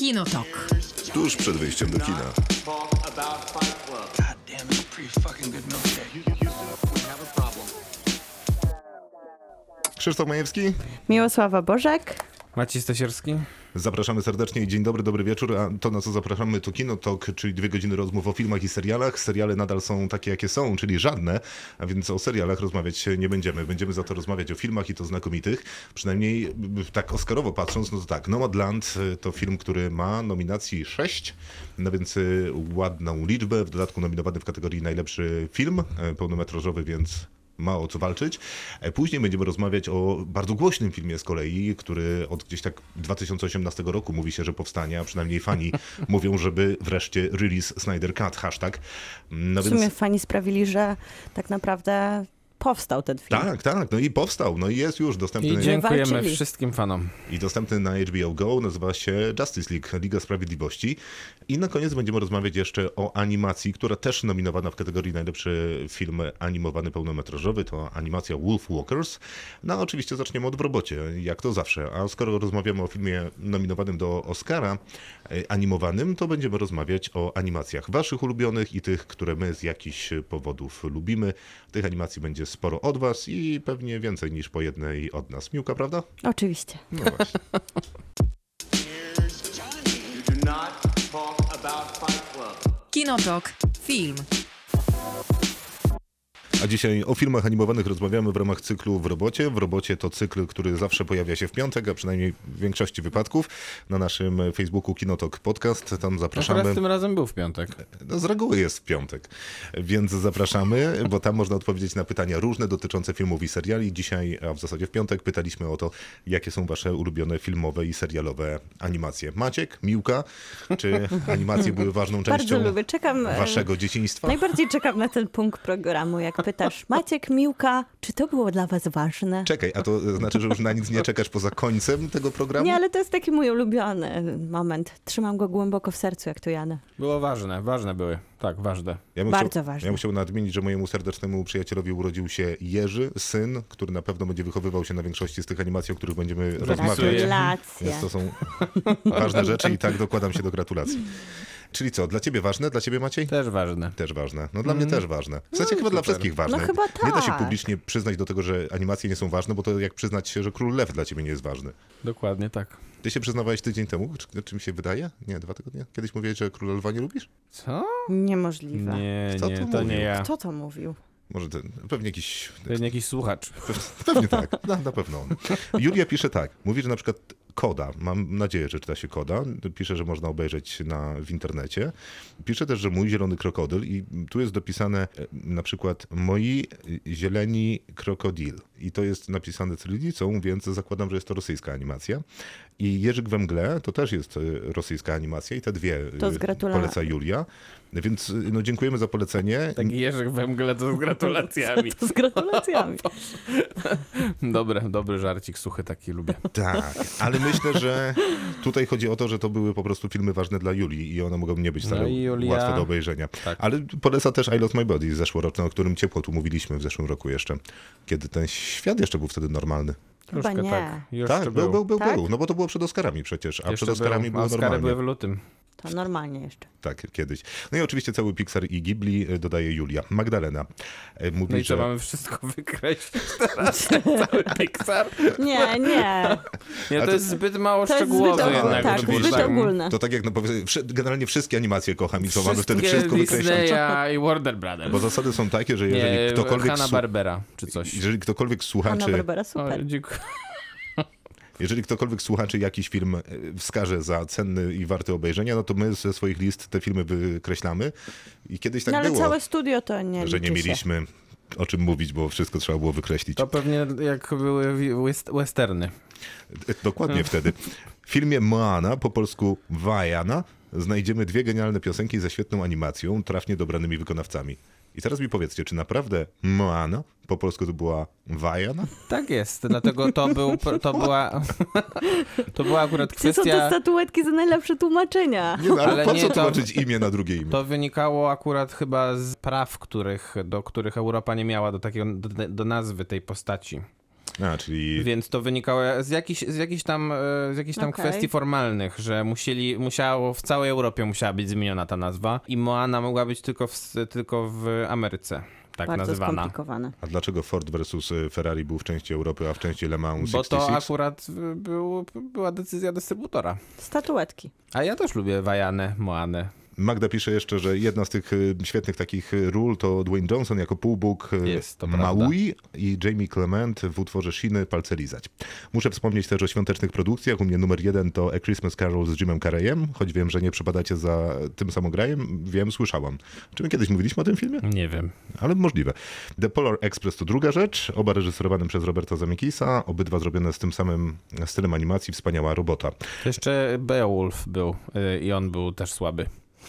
Kinotok. Tuż przed wyjściem do kina. Krzysztof Majewski. Miłosława Bożek. Maciej Stasierski. Zapraszamy serdecznie i dzień dobry, dobry wieczór. A to, na co zapraszamy, to Kinotok, czyli 2 godziny rozmów o filmach i serialach. Seriale nadal są takie, jakie są, czyli żadne, a więc o serialach rozmawiać nie będziemy. Będziemy za to rozmawiać o filmach i to znakomitych. Przynajmniej tak oscarowo patrząc, no to tak, Nomadland to film, który ma nominacji 6, no więc ładną liczbę. W dodatku nominowany w kategorii najlepszy film pełnometrażowy, więc ma o co walczyć. Później będziemy rozmawiać o bardzo głośnym filmie z kolei, który od gdzieś tak 2018 roku mówi się, że powstanie, a przynajmniej fani mówią, żeby wreszcie release Snyder Cut, hashtag. No w sumie fani sprawili, że tak naprawdę powstał ten film. Tak, no i powstał, no i jest już dostępny. I dziękujemy walczyli. wszystkim fanom. I dostępny na HBO Go, nazywa się Justice League, Liga Sprawiedliwości. I na koniec będziemy rozmawiać jeszcze o animacji, która też nominowana w kategorii najlepszy film animowany pełnometrażowy, to animacja Wolf Walkers. No a oczywiście zaczniemy od W robocie, jak to zawsze. A skoro rozmawiamy o filmie nominowanym do Oscara animowanym, to będziemy rozmawiać o animacjach waszych ulubionych i tych, które my z jakichś powodów lubimy. Tych animacji będzie sporo od was i pewnie więcej niż po jednej od nas. Miłka, prawda? Oczywiście. No właśnie. Kinotok. Film. A dzisiaj o filmach animowanych rozmawiamy w ramach cyklu W robocie. W robocie to cykl, który zawsze pojawia się w piątek, a przynajmniej w większości wypadków na naszym Facebooku Kinotok Podcast. Tam zapraszamy. Akurat tym razem był w piątek. No z reguły jest w piątek, więc zapraszamy, bo tam można odpowiedzieć na pytania różne dotyczące filmów i seriali. Dzisiaj, a w zasadzie w piątek, pytaliśmy o to, jakie są wasze ulubione filmowe i serialowe animacje. Maciek, Miłka, czy animacje były ważną częścią Bardzo lubię. Czekam. waszego dzieciństwa? Najbardziej czekam na ten punkt programu, jak pytasz, Maciek, Miłka, czy to było dla was ważne? Czekaj, a to znaczy, że już na nic nie czekasz poza końcem tego programu? Nie, ale to jest taki mój ulubiony moment. Trzymam go głęboko w sercu, jak to jadę. Było ważne były. Tak, ważne. Bardzo ważne. Ja bym chciał nadmienić, że mojemu serdecznemu przyjacielowi urodził się Jerzy, syn, który na pewno będzie wychowywał się na większości z tych animacji, o których będziemy rozmawiać. Gratulacje. Więc to są ważne rzeczy i tak dokładam się do gratulacji. Czyli co, dla ciebie ważne? Dla ciebie, Maciej? Też ważne. Też ważne. No dla mnie też ważne. W sensie chyba dla wszystkich ważne. No chyba Nie da się tak. publicznie przyznać do tego, że animacje nie są ważne, bo to jak przyznać się, że Król Lew dla ciebie nie jest ważny. Dokładnie tak. Ty się przyznawałeś tydzień temu, czy mi się wydaje? Nie, 2 tygodnie? Kiedyś mówiłeś, że Króla Lwa nie lubisz? Co? Niemożliwe. Nie, Kto to to mówił? nie ja. Kto to mówił? Może pewnie jakiś... Pewnie jakiś słuchacz. Pewnie tak, na pewno. Julia pisze tak, mówi, że na przykład Koda, mam nadzieję, że czyta się Koda, pisze, że można obejrzeć w internecie. Pisze też, że Mój zielony krokodyl i tu jest dopisane na przykład Moi zieleni krokodil i to jest napisane cyrylicą, więc zakładam, że jest to rosyjska animacja. I Jerzyk we mgle to też jest rosyjska animacja i te dwie poleca Julia. Więc no, dziękujemy za polecenie. Taki Jerzyk we mgle to z gratulacjami. To z gratulacjami. Dobry żarcik, suchy taki lubię. Tak, ale myślę, że tutaj chodzi o to, że to były po prostu filmy ważne dla Julii i one mogą nie być wcale łatwe do obejrzenia. Tak. Ale poleca też I Lost My Body zeszłoroczny, o którym ciepło tu mówiliśmy w zeszłym roku jeszcze, kiedy ten świat jeszcze był wtedy normalny. Chyba nie. Tak, tak był. Tak? No bo to było przed Oscarami przecież, a Jeszcze przed Oscarami było Oscary normalnie. były w lutym. To normalnie jeszcze. Tak, kiedyś. No i oczywiście cały Pixar i Ghibli dodaje Julia. Magdalena mówi, No i że... co, mamy wszystko wykreślić teraz? Cały Pixar? Nie. Nie, to jest zbyt mało To jest szczegółowe zbyt jednak. tak, żeby zbyt tak- ogólne. To tak jak generalnie wszystkie animacje kocham i co mamy wtedy wszystko wykreślać. Disneya i Warner Brothers. Bo zasady są takie, że jeżeli ktokolwiek... Hanna-Barbera czy coś. Jeżeli ktokolwiek słuchaczy... Hanna-Barbera, super. O, dziękuję. Jeżeli ktokolwiek słuchaczy jakiś film wskaże za cenny i warty obejrzenia, no to my ze swoich list te filmy wykreślamy. I kiedyś tak No ale było, całe studio to nie że nie liczy się. mieliśmy o czym mówić, bo wszystko trzeba było wykreślić. To pewnie jak były westerny. Dokładnie wtedy. W filmie Moana, po polsku Vaiana, znajdziemy 2 genialne piosenki ze świetną animacją, trafnie dobranymi wykonawcami. I teraz mi powiedzcie, czy naprawdę Moana po polsku to była Vaiana? Tak jest, dlatego to była akurat Gdzie są te kwestia... statuetki za najlepsze tłumaczenia? Nie, no, ale Ale po nie, co to- tłumaczyć imię na drugie imię? To wynikało akurat chyba z praw, do których Europa nie miała do nazwy tej postaci. Czyli... Więc to wynikało z jakichś tam Okej. kwestii formalnych, że w całej Europie musiała być zmieniona ta nazwa i Moana mogła być tylko w Ameryce. Tak Bardzo nazywana. skomplikowane. A dlaczego Ford versus Ferrari był w części Europy, a w części Le Mans Bo 66? to akurat była decyzja dystrybutora. Statuetki. A ja też lubię Wajanę, Moanę. Magda pisze jeszcze, że jedna z tych świetnych takich ról to Dwayne Johnson jako półbóg Jest, to prawda. Maui i Jamie Clement w utworze Shiny Palce lizać. Muszę wspomnieć też o świątecznych produkcjach. U mnie numer 1 to A Christmas Carol z Jimem Carreyem, choć wiem, że nie przepadacie za tym samograjem. Wiem, słyszałam. Czy my kiedyś mówiliśmy o tym filmie? Nie wiem. Ale możliwe. The Polar Express to druga rzecz, oba reżyserowane przez Roberta Zemeckisa, obydwa zrobione z tym samym stylem animacji, wspaniała robota. To jeszcze Beowulf był i on był też słaby.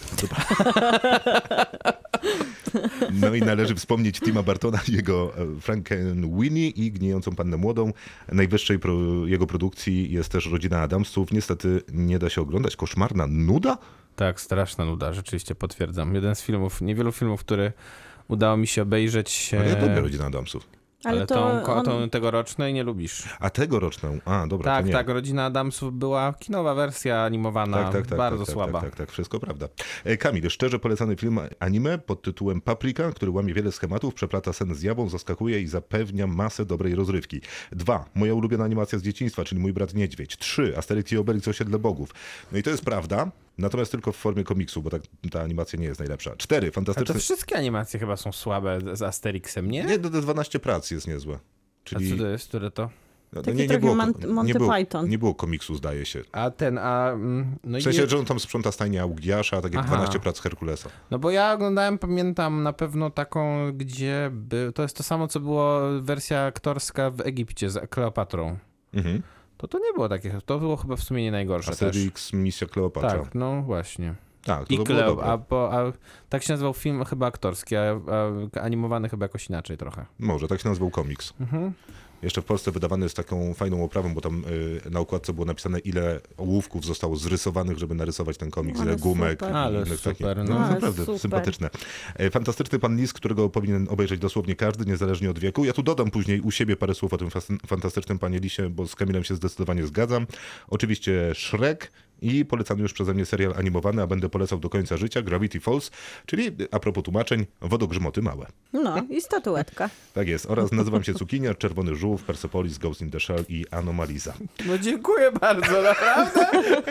No i należy wspomnieć Tima Burtona, jego Frankenweenie i Gnijącą Pannę Młodą. Najwyższej jego produkcji jest też Rodzina Adamsów. Niestety nie da się oglądać. Koszmarna nuda? Tak, straszna nuda, rzeczywiście potwierdzam. Jeden z filmów, niewielu filmów, który udało mi się obejrzeć. Ale ja lubię Rodzina Adamsów. Ale tą tegorocznej nie lubisz. A tegoroczną? A, dobra, Tak, to nie. tak, Rodzina Adamsów była kinowa wersja animowana, bardzo słaba. Tak, wszystko prawda. Kamil, szczerze polecany film anime pod tytułem Paprika, który łamie wiele schematów, przeplata sen z jawą, zaskakuje i zapewnia masę dobrej rozrywki. 2. Moja ulubiona animacja z dzieciństwa, czyli Mój brat niedźwiedź. 3. Asterix i Obelix Osiedle Bogów. No i to jest prawda, natomiast tylko w formie komiksu, bo ta animacja nie jest najlepsza. 4. Ale Fantastyczne... to wszystkie animacje chyba są słabe z Asterixem, nie? Nie, do 12 prac jest niezłe. A co to jest, które to? No, Taki trochę Monty Python. Nie było komiksu, zdaje się. No W sensie, że on tam sprząta stajnię Augiasza, tak jak Aha. 12 prac Herkulesa. No bo ja oglądałem, pamiętam na pewno taką, gdzie to jest to samo, co było wersja aktorska w Egipcie z Kleopatrą. Mhm. To nie było takie, to było chyba w sumie nie najgorsze też. Asterix, Misja Kleopatra. Tak, no właśnie. Tak, to było dobre. a tak się nazywał film chyba aktorski, a animowany chyba jakoś inaczej trochę. Może, tak się nazywał komiks. Mhm. Jeszcze w Polsce wydawany z taką fajną oprawą, bo tam na okładce było napisane, ile ołówków zostało zrysowanych, żeby narysować ten komiks, Ale ile gumek super. i Ale innych super, takich. no. No, Ale naprawdę super. sympatyczne. Fantastyczny Pan Lis, którego powinien obejrzeć dosłownie każdy, niezależnie od wieku. Ja tu dodam później u siebie parę słów o tym fantastycznym Panie Lisie, bo z Kamilem się zdecydowanie zgadzam. Oczywiście Shrek i polecany już przeze mnie serial animowany, a będę polecał do końca życia, Gravity Falls, czyli a propos tłumaczeń, wodogrzmoty małe. No i statuetka. Tak jest. Oraz Nazywam się Cukinia, Czerwony Żółw, Persepolis, Ghost in the Shell i Anomaliza. No dziękuję bardzo, naprawdę.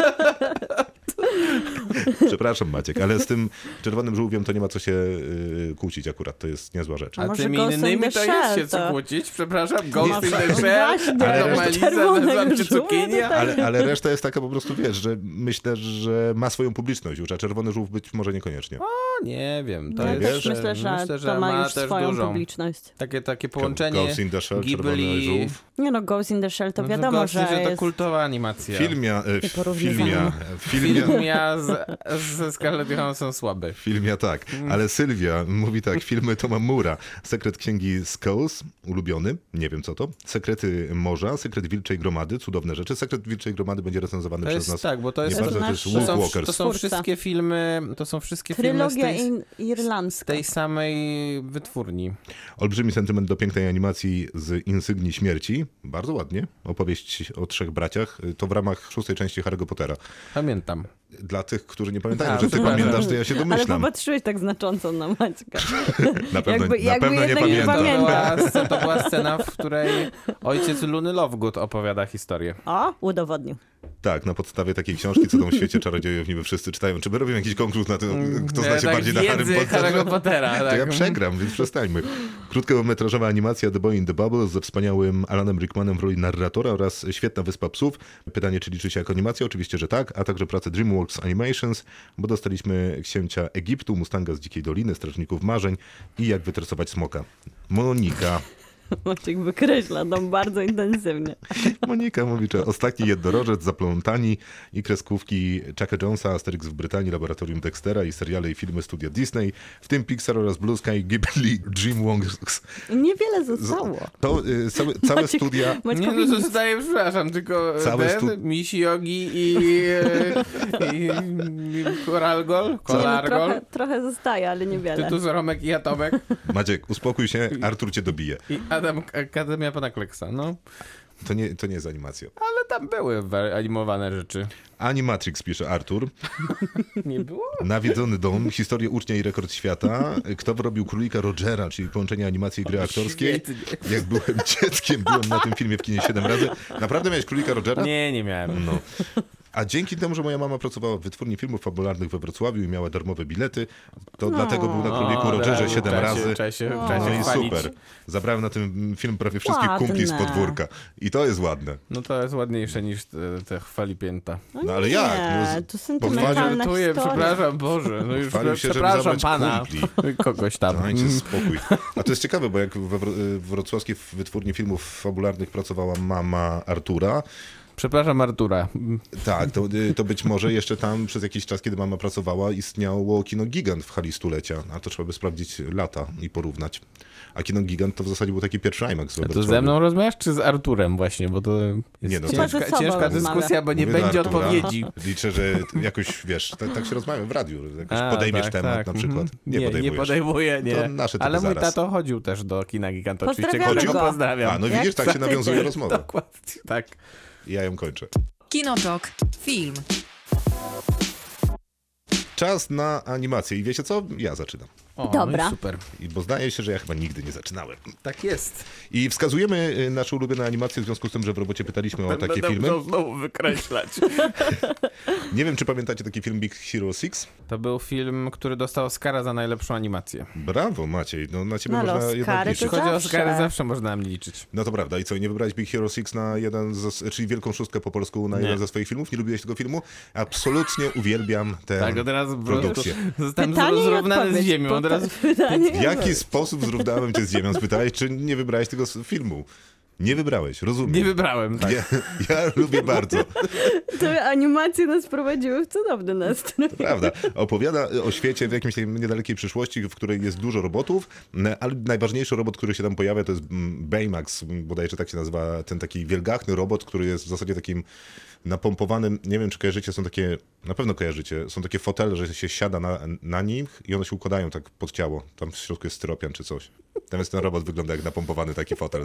Przepraszam, Maciek, ale z tym Czerwonym Żółwiem to nie ma co się kłócić akurat. To jest niezła rzecz. A A może tymi Ghost in innymi the to jest Shell się co to- kłócić, przepraszam. Ghost in the No Shell, właśnie, Anomaliza, Czerwonego Nazywam się Żółwia Cukinia. tutaj- Ale reszta jest taka po prostu, wiesz, że myślę, że ma swoją publiczność już, a Czerwony Żółw być może niekoniecznie. O, nie wiem, to Ja jest... też myślę, że to ma już też swoją dużą. publiczność. Takie połączenie Ghost in the Shell, Czerwony Ghibli... Żółw. Nie no, Ghost in the Shell to No wiadomo, Ghost in the że Shell to jest... kultowa animacja. Nieporównywalne. Filmia, Ze Scarlett Johansson słaby. Filmia tak, ale Sylwia mówi tak, filmy Toma Moore'a. Sekret Księgi Skulls, ulubiony, nie wiem co to. Sekrety Morza, Sekret Wilczej Gromady, cudowne rzeczy. Sekret Wilczej Gromady będzie recenzowany To przez jest nas. tak, bo to jest... Nie bardzo, to jest nasz- Wolf Walkers. To są Twórca. wszystkie filmy, z Trylogia tej irlandzka. samej wytwórni. Olbrzymi sentyment do pięknej animacji z Insygni Śmierci. Bardzo ładnie. Opowieść o 3 braciach. To w ramach 6. części Harry'ego Pottera. Pamiętam. Dla tych, którzy nie pamiętają, Tak, że ty przepraszam. pamiętasz, to ja się Ale domyślam. popatrzyłeś tak znacząco na Maćka. Na pewno, jakby na pewno nie jednak nie pamiętam. To była scena, w której ojciec Luny Lovegood opowiada historię. O, udowodnił. Tak, na podstawie takiej książki, co tam w świecie czarodziejów niby wszyscy czytają. Czy my robimy jakiś konkurs na tym, kto zna się Tak, bardziej na wiedzy Harrym Potterze? Harry'ego Pottera. To Tak. ja przegram, więc przestańmy. Krótkometrażowa animacja The Boy in the Bubble ze wspaniałym Alanem Rickmanem w roli narratora oraz Świetna Wyspa Psów. Pytanie, czy liczy się jako animacja? Oczywiście, że tak, a także pracę DreamWorks Animations, bo dostaliśmy Księcia Egiptu, Mustanga z Dzikiej Doliny, Strażników Marzeń i Jak wytresować smoka. Monika. Maciek wykreśla dom bardzo intensywnie. Monika mówi, że Ostatni jednorożec, Zaplątani i kreskówki Chucka Jonesa, Asterix w Brytanii, Laboratorium Dextera i seriale i filmy studia Disney, w tym Pixar oraz Blue Sky, Ghibli, DreamWorks. Niewiele zostało. To całe Maciek- studia... Nie, Maćkowi no zostaje, przepraszam, tylko Całe Misi Yogi i Koralgol, Nie, Kolargol, trochę zostaje, ale niewiele. Tytus, Romek i Atomek. Maciek, uspokój się, Artur cię dobije. Akademia Pana Kleksa, no. To nie jest animacja. Ale tam były animowane rzeczy. Animatrix pisze Artur. Nie było? Nawiedzony dom, historia ucznia i rekord świata. Kto wyrobił Królika Rogera, czyli połączenie animacji i gry aktorskiej. Świetnie. Jak byłem dzieckiem, byłem na tym filmie w kinie 7 razy. Naprawdę miałeś Królika Rogera? Nie miałem. No. A dzięki temu, że moja mama pracowała w wytwórni filmów fabularnych we Wrocławiu i miała darmowe bilety, to dlatego był na Króliku Rogerze 7 razy. No i super. Zabrałem na tym film prawie wszystkich kumpli z podwórka. I to jest ładne. No to jest ładniejsze niż te chwali pięta. No ale jak? No, to sentymentalna historia. Przepraszam, Boże. No już Chwalił się, żeby przepraszam zabrać pana. kumpli. Kogoś tam. Dajcie spokój. A to jest ciekawe, bo jak w wrocławskiej wytwórni filmów fabularnych pracowała mama Artura. Przepraszam Artura. Tak, to być może jeszcze tam przez jakiś czas, kiedy mama pracowała, istniało kino Gigant w hali stulecia. A to trzeba by sprawdzić lata i porównać. A kino Gigant to w zasadzie był taki pierwszy IMAX. A to ze mną rozmawiasz, czy z Arturem właśnie? Bo to jest ciężka dyskusja, bo nie będzie odpowiedzi. Liczę, że jakoś, wiesz, tak się rozmawia w radiu. Jakoś podejmiesz temat na przykład. Nie podejmuję, nie. To nasze ale mój zaraz. tato chodził też do kina Giganta. Oczywiście Pozdrawiamy go. Pozdrawiam. A, no widzisz, tak się nawiązuje rozmowa. Dokładnie, tak. Ja ją kończę. Kinotok. Film. Czas na animację. I wiecie co? Ja zaczynam. Dobra. No i super. Bo zdaje się, że ja chyba nigdy nie zaczynałem. Tak jest. I wskazujemy nasze ulubione animacje w związku z tym, że w robocie pytaliśmy o takie filmy. Będę znowu wykreślać. Nie wiem, czy pamiętacie taki film Big Hero 6? To był film, który dostał Oscara za najlepszą animację. Brawo, Maciej. No na ciebie No, ale można jednak Oscary liczyć. to Chodzi o zawsze. Oscary, zawsze można na mnie liczyć. No to prawda. I co, nie wybrałeś Big Hero 6 na czyli Wielką Szóstkę po polsku na jeden ze swoich filmów? Nie lubiłeś tego filmu? Absolutnie uwielbiam tę Tak, od razu produkcję. zostałem Pytanie i zrównany z odpowiedź. ziemią. Od razu... Pytanie W jaki sposób zrównałem cię z ziemią? Spytałeś, czy nie wybrałeś tego filmu? Nie wybrałeś, rozumiem. Nie wybrałem, tak. Ja lubię bardzo. Te animacje nas prowadziły w cudowny nastrój. Prawda. Opowiada o świecie w jakiejś niedalekiej przyszłości, w której jest dużo robotów, ale najważniejszy robot, który się tam pojawia, to jest Baymax, bodajże tak się nazywa, ten taki wielgachny robot, który jest w zasadzie takim napompowanym, nie wiem czy kojarzycie, są takie, na pewno kojarzycie, są takie fotele, że się siada na nich i one się układają tak pod ciało. Tam w środku jest styropian czy coś. Natomiast ten robot wygląda jak napompowany taki fotel.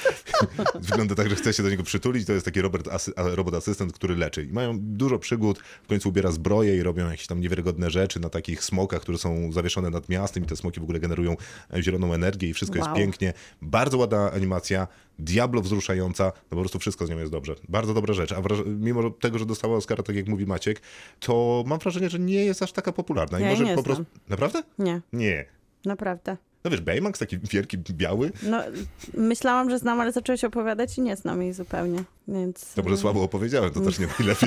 Wygląda tak, że chce się do niego przytulić. To jest taki robot asystent, który leczy. I mają dużo przygód. W końcu ubiera zbroję i robią jakieś tam niewiarygodne rzeczy na takich smokach, które są zawieszone nad miastem i te smoki w ogóle generują zieloną energię i wszystko jest pięknie. Bardzo ładna animacja. Diablo wzruszająca. No po prostu wszystko z nią jest dobrze. Bardzo dobra rzecz. A mimo tego, że dostała Oscara, tak jak mówi Maciek, to mam wrażenie, że nie jest aż taka popularna. Ja I może nie po znam. prostu... Naprawdę? Nie, Nie. naprawdę. No wiesz, Baymax, taki wielki, biały, No, myślałam, że znam, ale zaczęłaś opowiadać i nie znam jej zupełnie, więc... to może słabo opowiedziałem, to też nie najlepiej.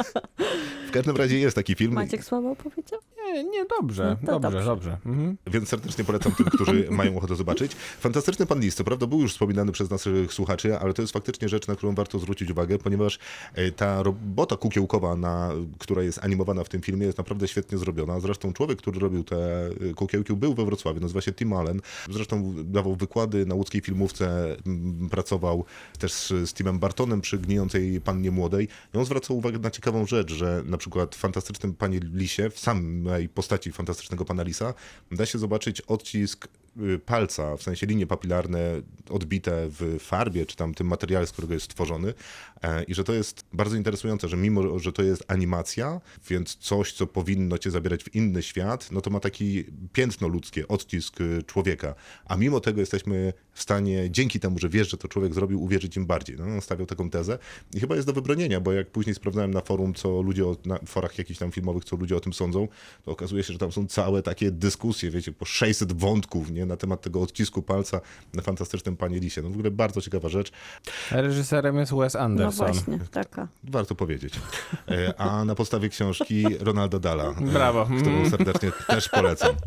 W każdym razie jest taki film, Maciek słabo opowiedział? Nie, dobrze. No to Dobrze. Mhm. więc serdecznie polecam tym, którzy mają ochotę zobaczyć. Fantastyczny Pan Lis, co prawda był już wspominany przez naszych słuchaczy, ale to jest faktycznie rzecz, na którą warto zwrócić uwagę, ponieważ ta robota kukiełkowa, która jest animowana w tym filmie, jest naprawdę świetnie zrobiona. Zresztą człowiek, który robił te kukiełki, był we Wrocławiu, nazywa się Tim Allen. Zresztą dawał wykłady na łódzkiej filmówce, pracował też z Timem Bartonem przy Gnijącej Pannie Młodej. I on zwracał uwagę na ciekawą rzecz, że na przykład w Fantastycznym Panie Lisie, w samej postaci Fantastycznego Pana Lisa, da się zobaczyć odcisk palca, w sensie linie papilarne odbite w farbie, czy tam tym materiale, z którego jest stworzony. I że to jest bardzo interesujące, że mimo, że to jest animacja, więc coś, co powinno cię zabierać w inny świat, no to ma taki piętno ludzkie, odcisk człowieka. A mimo tego jesteśmy w stanie, dzięki temu, że wiesz, że to człowiek zrobił, uwierzyć im bardziej. No, on stawiał taką tezę i chyba jest do wybronienia, bo jak później sprawdzałem na forum, co ludzie, na forach jakichś tam filmowych, co ludzie o tym sądzą, to okazuje się, że tam są całe takie dyskusje, wiecie, po 600 wątków, nie, na temat tego odcisku palca na Fantastycznym Panie Lisie. No w ogóle bardzo ciekawa rzecz. Reżyserem jest Wes No Anderson. właśnie, taka. Warto powiedzieć. A na podstawie książki Ronalda Dahla, Brawo. którą serdecznie też polecam.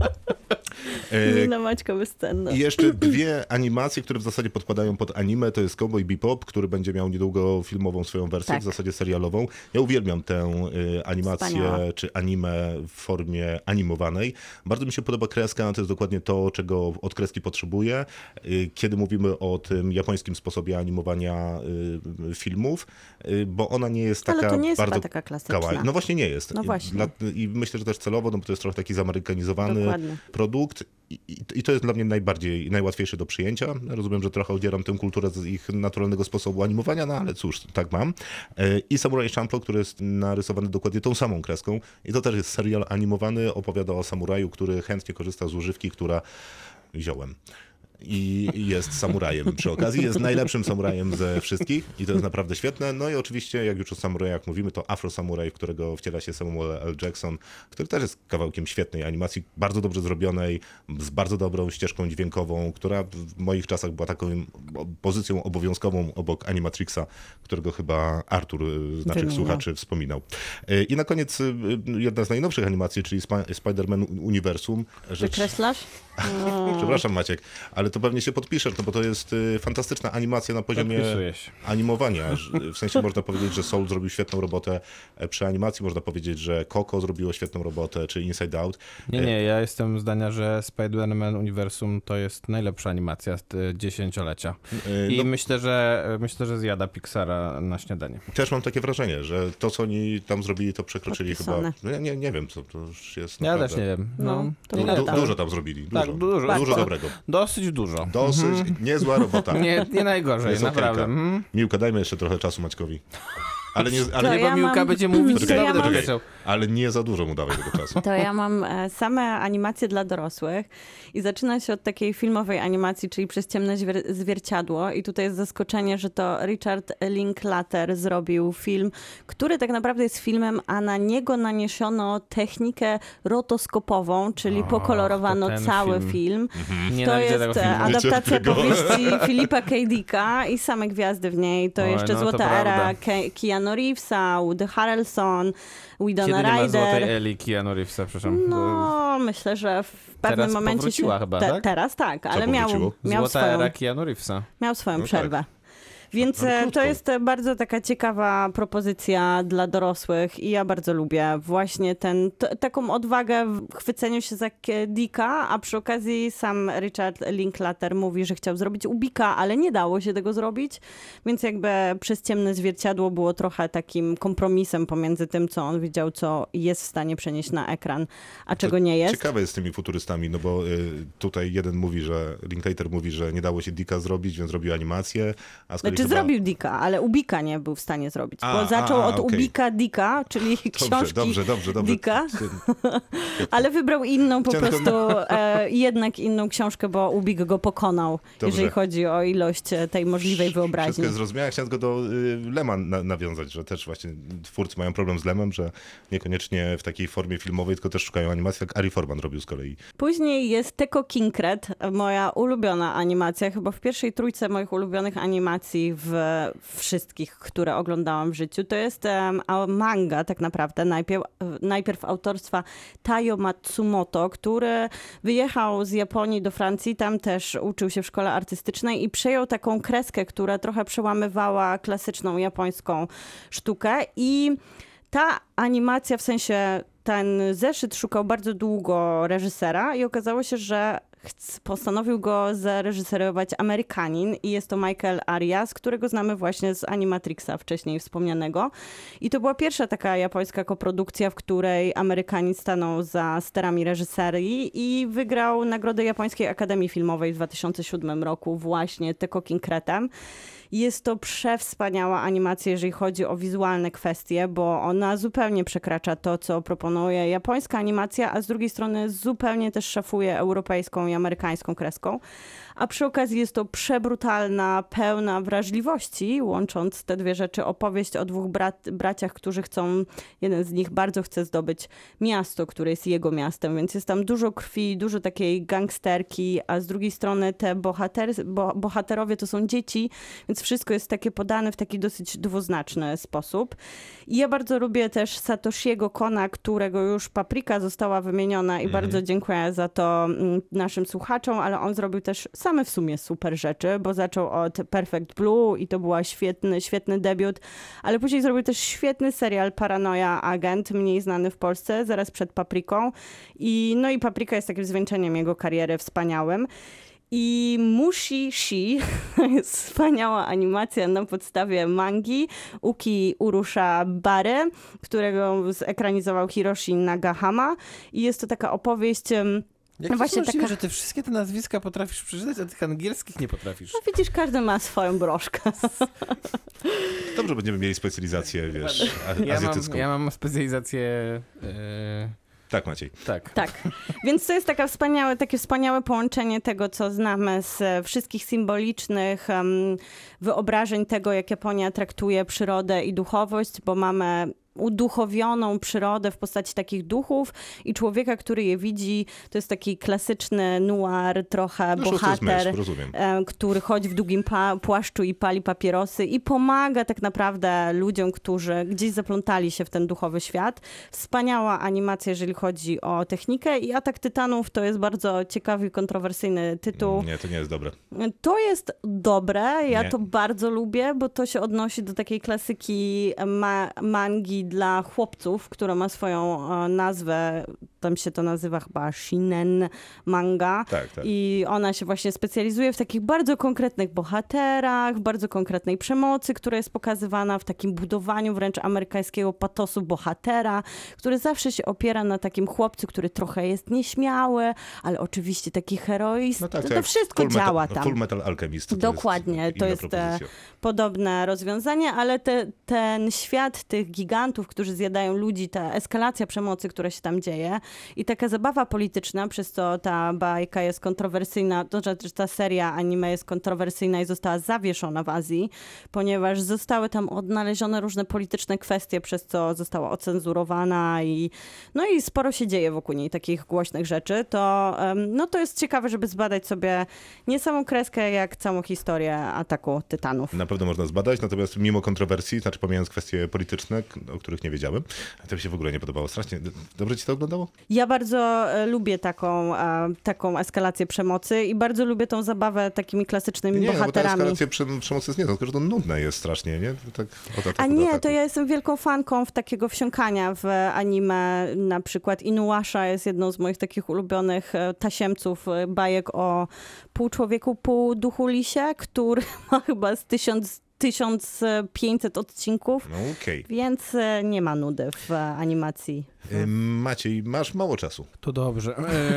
Mina Maćka bezcenna. I jeszcze dwie animacje, które w zasadzie podpadają pod anime, to jest Cowboy Bebop, który będzie miał niedługo filmową swoją wersję, Tak. w zasadzie serialową. Ja uwielbiam tę animację, Wspaniała. czy anime w formie animowanej. Bardzo mi się podoba kreska, to jest dokładnie to, czego od kreski potrzebuję. Kiedy mówimy o tym japońskim sposobie animowania filmów, bo ona nie jest taka Ale to nie jest bardzo chyba taka klasyczna. kawaii. No właśnie nie jest. No właśnie. I myślę, że też celowo, no bo to jest trochę taki zamerykanizowany Dokładnie. produkt. I to jest dla mnie najłatwiejsze do przyjęcia. Rozumiem, że trochę odzieram tę kulturę z ich naturalnego sposobu animowania, no ale cóż, tak mam. I Samurai Champloo, który jest narysowany dokładnie tą samą kreską. I to też jest serial animowany, opowiada o samuraju, który chętnie korzysta z używki, która wziąłem. I jest samurajem przy okazji, jest najlepszym samurajem ze wszystkich i to jest naprawdę świetne. No i oczywiście, jak już o samurajach mówimy, to Afro Samuraj, w którego wciela się Samuel L. Jackson, który też jest kawałkiem świetnej animacji, bardzo dobrze zrobionej, z bardzo dobrą ścieżką dźwiękową, która w moich czasach była taką pozycją obowiązkową obok Animatrixa, którego chyba Artur z naszych słuchaczy wspominał. I na koniec jedna z najnowszych animacji, czyli Spider-Man Uniwersum. Wykreślasz? Przepraszam, Maciek, ale to pewnie się podpiszesz, no bo to jest fantastyczna animacja na poziomie animowania. W sensie można powiedzieć, że Soul zrobił świetną robotę przy animacji, można powiedzieć, że Coco zrobiło świetną robotę, czy Inside Out. Nie, ja jestem zdania, że Spider-Man Uniwersum to jest najlepsza animacja z dziesięciolecia. I myślę, że zjada Pixara na śniadanie. Też mam takie wrażenie, że to, co oni tam zrobili, to przekroczyli Podpisane. chyba... Ja nie wiem, co to już jest Ja naprawdę... też nie wiem. No, to prawda. Dużo tam zrobili. Tak, Dużo dobrego. Dosyć dużo. Niezła robota. Nie najgorzej, Jest naprawdę. Miłka, dajmy jeszcze trochę czasu Maćkowi. Ale Chyba Miłka będzie mówić, ale nie za dużo mu dawaj tego czasu. To ja mam same animacje dla dorosłych i zaczyna się od takiej filmowej animacji, czyli Przez ciemne zwierciadło i tutaj jest zaskoczenie, że to Richard Linklater zrobił film, który tak naprawdę jest filmem, a na niego naniesiono technikę rotoskopową, czyli pokolorowano cały film. To jest adaptacja powieści Philippa K. Dicka i same gwiazdy w niej. To jeszcze złota era Keanu Reevesa, Woody Harrelson, Winona Ryder. Kiedy nie ma złotej Ryder. Eli Keanu Reevesa, przepraszam. No, myślę, że w pewnym Teraz momencie powróciła chyba, tak? Teraz tak, ale powróciło? Złota era Keanu Reevesa. miał swoją No przerwę. tak. Więc Ale to krótko. jest bardzo taka ciekawa propozycja dla dorosłych i ja bardzo lubię właśnie taką odwagę w chwyceniu się za Dicka, a przy okazji sam Richard Linklater mówi, że chciał zrobić Ubika, ale nie dało się tego zrobić, więc jakby Przez ciemne zwierciadło było trochę takim kompromisem pomiędzy tym, co on widział, co jest w stanie przenieść na ekran, a czego nie jest. Ciekawe jest z tymi futurystami, no bo tutaj jeden mówi, że Linklater mówi, że nie dało się Dicka zrobić, więc zrobił animację, a z kolei Znaczy zrobił Dicka, ale Ubika nie był w stanie zrobić, bo zaczął od okej. Ubika Dicka, czyli książki Dobrze. Dicka, ale wybrał inną po prostu, jednak inną książkę, bo Ubik go pokonał, jeżeli chodzi o ilość tej możliwej wyobraźni. Wszystko jest zrozumiałe. Chciałem tylko do Lema nawiązać, że też właśnie twórcy mają problem z Lemem, że niekoniecznie w takiej formie filmowej, tylko też szukają animacji, jak Ari Forman robił z kolei. Później jest Teko Kinkred, moja ulubiona animacja, chyba w pierwszej trójce moich ulubionych animacji w wszystkich, które oglądałam w życiu. To jest manga tak naprawdę, najpierw autorstwa Taiyo Matsumoto, który wyjechał z Japonii do Francji, tam też uczył się w szkole artystycznej i przejął taką kreskę, która trochę przełamywała klasyczną japońską sztukę i ta animacja, w sensie ten zeszyt szukał bardzo długo reżysera i okazało się, że postanowił go zareżyserować Amerykanin i jest to Michael Arias, którego znamy właśnie z Animatrixa wcześniej wspomnianego. I to była pierwsza taka japońska koprodukcja, w której Amerykanin stanął za sterami reżyserii i wygrał Nagrodę Japońskiej Akademii Filmowej w 2007 roku właśnie Teko Kinkretem. Jest to przewspaniała animacja, jeżeli chodzi o wizualne kwestie, bo ona zupełnie przekracza to, co proponuje japońska animacja, a z drugiej strony zupełnie też szafuje europejską i amerykańską kreską. A przy okazji jest to przebrutalna, pełna wrażliwości, łącząc te dwie rzeczy, opowieść o dwóch braciach, którzy chcą, jeden z nich bardzo chce zdobyć miasto, które jest jego miastem, więc jest tam dużo krwi, dużo takiej gangsterki, a z drugiej strony te bohaterowie to są dzieci, więc wszystko jest takie podane w taki dosyć dwuznaczny sposób. I ja bardzo lubię też Satoshiego Kona, którego już Paprika została wymieniona i bardzo dziękuję za to naszym słuchaczom, ale on zrobił też same w sumie super rzeczy, bo zaczął od Perfect Blue i to była świetny debiut, ale później zrobił też świetny serial Paranoia Agent, mniej znany w Polsce, zaraz przed Papriką. I Paprika jest takim zwieńczeniem jego kariery wspaniałym. I Mushi-Shi jest wspaniała animacja na podstawie mangi Uki Urusha Bare, którego zekranizował Hiroshi Nagahama. I jest to taka opowieść Jak No to właśnie możliwe, taka- że ty wszystkie te nazwiska potrafisz przeczytać, a tych angielskich nie potrafisz? No widzisz, każdy ma swoją broszkę. Dobrze, będziemy mieli specjalizację, wiesz, azjatycką. Ja mam specjalizację... Tak, Maciej. Tak. Tak, więc to jest takie wspaniałe połączenie tego, co znamy z wszystkich symbolicznych wyobrażeń tego, jak Japonia traktuje przyrodę i duchowość, bo mamy uduchowioną przyrodę w postaci takich duchów i człowieka, który je widzi. To jest taki klasyczny noir, trochę No, szósty bohater, zmysł, rozumiem. który chodzi w długim płaszczu i pali papierosy i pomaga tak naprawdę ludziom, którzy gdzieś zaplątali się w ten duchowy świat. Wspaniała animacja, jeżeli chodzi o technikę i Atak Tytanów to jest bardzo ciekawy i kontrowersyjny tytuł. Nie, to nie jest dobre. To jest dobre, ja Nie. to bardzo lubię, bo to się odnosi do takiej klasyki mangi dla chłopców, która ma swoją nazwę, tam się to nazywa chyba shinen manga. Tak, tak. I ona się właśnie specjalizuje w takich bardzo konkretnych bohaterach, bardzo konkretnej przemocy, która jest pokazywana w takim budowaniu wręcz amerykańskiego patosu bohatera, który zawsze się opiera na takim chłopcu, który trochę jest nieśmiały, ale oczywiście taki heroizm. No tak, to jak wszystko działa tam. Full Metal Alchemist. Dokładnie, to jest podobne rozwiązanie, ale ten świat tych gigantów, którzy zjadają ludzi, ta eskalacja przemocy, która się tam dzieje i taka zabawa polityczna, przez co ta bajka jest kontrowersyjna, to znaczy ta seria anime jest kontrowersyjna i została zawieszona w Azji, ponieważ zostały tam odnalezione różne polityczne kwestie, przez co została ocenzurowana i sporo się dzieje wokół niej takich głośnych rzeczy. To jest ciekawe, żeby zbadać sobie nie samą kreskę, jak całą historię Ataku Tytanów. Na pewno można zbadać, natomiast mimo kontrowersji, znaczy pomijając kwestie polityczne, o których nie wiedziałem, to mi się w ogóle nie podobało strasznie. Dobrze ci to oglądało? Ja bardzo lubię taką eskalację przemocy i bardzo lubię tą zabawę takimi klasycznymi Nie, bohaterami. bo ta eskalacja przemocy jest nie, tylko że to nudne jest strasznie, nie? Tak, A nie, to ja jestem wielką fanką takiego wsiąkania w anime. Na przykład Inuasha jest jedną z moich takich ulubionych tasiemców, bajek o pół człowieku, pół duchu lisie, który ma chyba z 1500 odcinków, No okej. więc nie ma nudy w animacji. Maciej, masz mało czasu. To dobrze.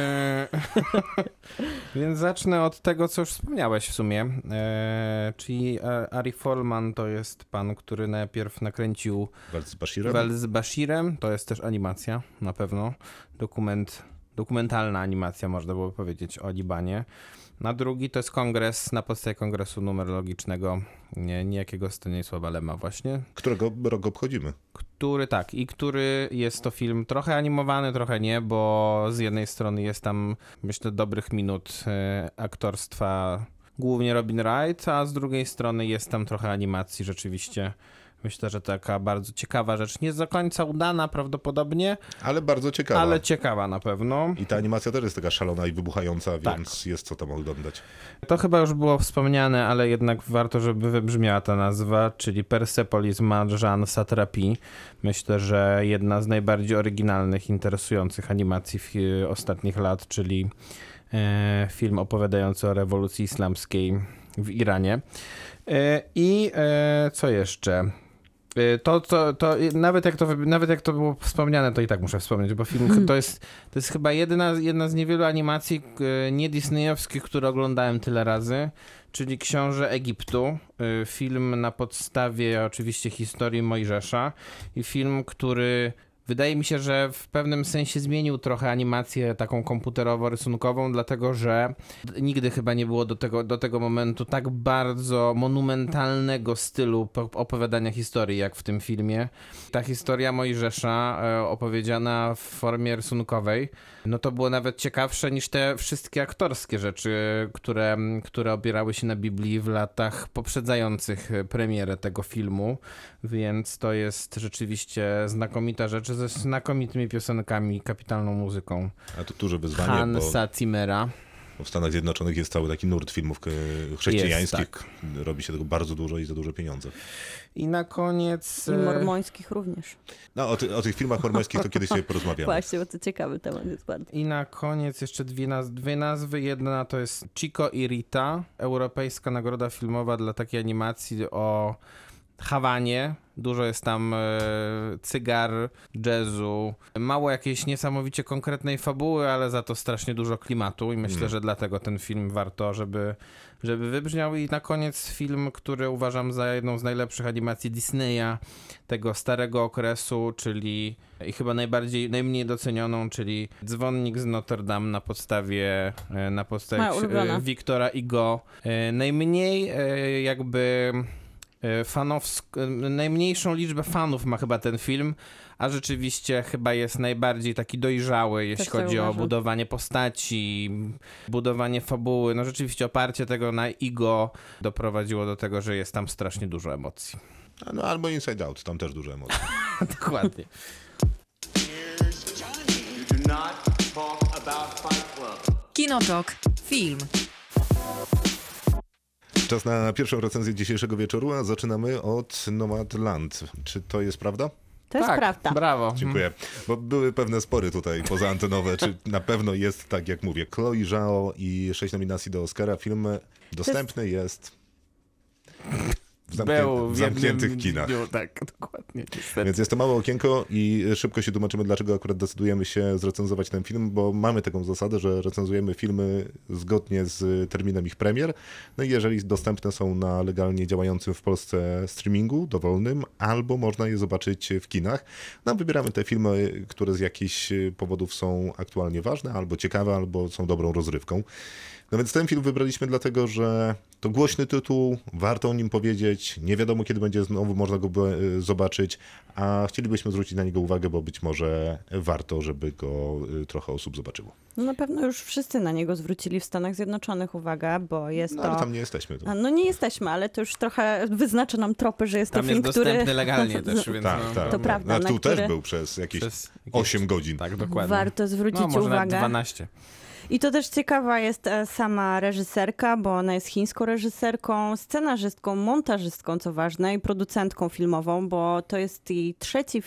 Więc zacznę od tego, co już wspomniałeś w sumie. Czyli Ari Folman to jest pan, który najpierw nakręcił Wels z Bashirem. To jest też animacja, na pewno. Dokumentalna animacja, można było powiedzieć, o Libanie. Na drugi to jest kongres, na podstawie kongresu numerologicznego niejakiego Stanisława Lema właśnie. Którego rok obchodzimy. Który jest to film trochę animowany, trochę nie, bo z jednej strony jest tam, myślę, dobrych minut aktorstwa, głównie Robin Wright, a z drugiej strony jest tam trochę animacji rzeczywiście. Myślę, że taka bardzo ciekawa rzecz. Nie do końca udana prawdopodobnie. Ale bardzo ciekawa. Ale ciekawa na pewno. I ta animacja też jest taka szalona i wybuchająca, więc jest co tam oglądać. To chyba już było wspomniane, ale jednak warto, żeby wybrzmiała ta nazwa, czyli Persepolis Marjan Satrapi. Myślę, że jedna z najbardziej oryginalnych, interesujących animacji ostatnich lat, czyli film opowiadający o rewolucji islamskiej w Iranie. I co jeszcze? Nawet jak to było wspomniane, to i tak muszę wspomnieć, bo film to jest chyba jedna z niewielu animacji nie disneyowskich, które oglądałem tyle razy, czyli Książę Egiptu. Film na podstawie oczywiście historii Mojżesza i film, który wydaje mi się, że w pewnym sensie zmienił trochę animację taką komputerowo-rysunkową, dlatego że nigdy chyba nie było do tego momentu tak bardzo monumentalnego stylu opowiadania historii, jak w tym filmie. Ta historia Mojżesza opowiedziana w formie rysunkowej, no to było nawet ciekawsze niż te wszystkie aktorskie rzeczy, które opierały się na Biblii w latach poprzedzających premierę tego filmu, więc to jest rzeczywiście znakomita rzecz ze znakomitymi piosenkami, kapitalną muzyką. A to duże wyzwanie, Hansa Zimmera. W Stanach Zjednoczonych jest cały taki nurt filmów chrześcijańskich. Jest, tak. Robi się tego bardzo dużo i za duże pieniądze. I na koniec... I mormońskich również. No, o tych filmach mormońskich to kiedyś sobie porozmawiamy. Właśnie, bo to ciekawy temat jest bardzo. I na koniec jeszcze dwie nazwy. Jedna to jest Chico i Rita, europejska nagroda filmowa dla takiej animacji o Hawanie, dużo jest tam cygar, jazzu, mało jakiejś niesamowicie konkretnej fabuły, ale za to strasznie dużo klimatu i myślę, że dlatego ten film warto, żeby wybrzmiał. I na koniec film, który uważam za jedną z najlepszych animacji Disneya, tego starego okresu, czyli i chyba najmniej docenioną, czyli Dzwonnik z Notre Dame na podstawie Victora Hugo. Najmniej jakby najmniejszą liczbę fanów ma chyba ten film, a rzeczywiście chyba jest najbardziej taki dojrzały, jeśli chodzi o budowanie postaci, budowanie fabuły. No rzeczywiście oparcie tego na Igo doprowadziło do tego, że jest tam strasznie dużo emocji. No albo Inside Out, tam też dużo emocji. Dokładnie. Kinotok. Film. Czas na pierwszą recenzję dzisiejszego wieczoru, a zaczynamy od Nomadland. Czy to jest prawda? To jest prawda. Brawo. Dziękuję. Bo były pewne spory tutaj pozaantenowe, czy na pewno jest tak, jak mówię. Chloe Zhao i 6 nominacji do Oscara. Film dostępny jest w zamkniętych kinach. Tak, dokładnie. Niestety. Więc jest to małe okienko i szybko się tłumaczymy, dlaczego akurat decydujemy się zrecenzować ten film, bo mamy taką zasadę, że recenzujemy filmy zgodnie z terminem ich premier. No i jeżeli dostępne są na legalnie działającym w Polsce streamingu dowolnym, albo można je zobaczyć w kinach, no wybieramy te filmy, które z jakichś powodów są aktualnie ważne, albo ciekawe, albo są dobrą rozrywką. No więc ten film wybraliśmy dlatego, że to głośny tytuł, warto o nim powiedzieć, nie wiadomo kiedy będzie znowu można go zobaczyć, a chcielibyśmy zwrócić na niego uwagę, bo być może warto, żeby go trochę osób zobaczyło. No na pewno już wszyscy na niego zwrócili w Stanach Zjednoczonych uwagę, bo jest to... Ale tam nie jesteśmy. No nie jesteśmy, ale to już trochę wyznacza nam tropy, że jest tam to film, jest który... dostępny legalnie też, więc... Tak. To prawda. Tu też był przez jakieś 8 godzin. Tak, dokładnie. Warto zwrócić może uwagę. nawet 12. I to też ciekawa jest sama reżyserka, bo ona jest chińską reżyserką, scenarzystką, montażystką, co ważne, i producentką filmową, bo to jest jej trzeci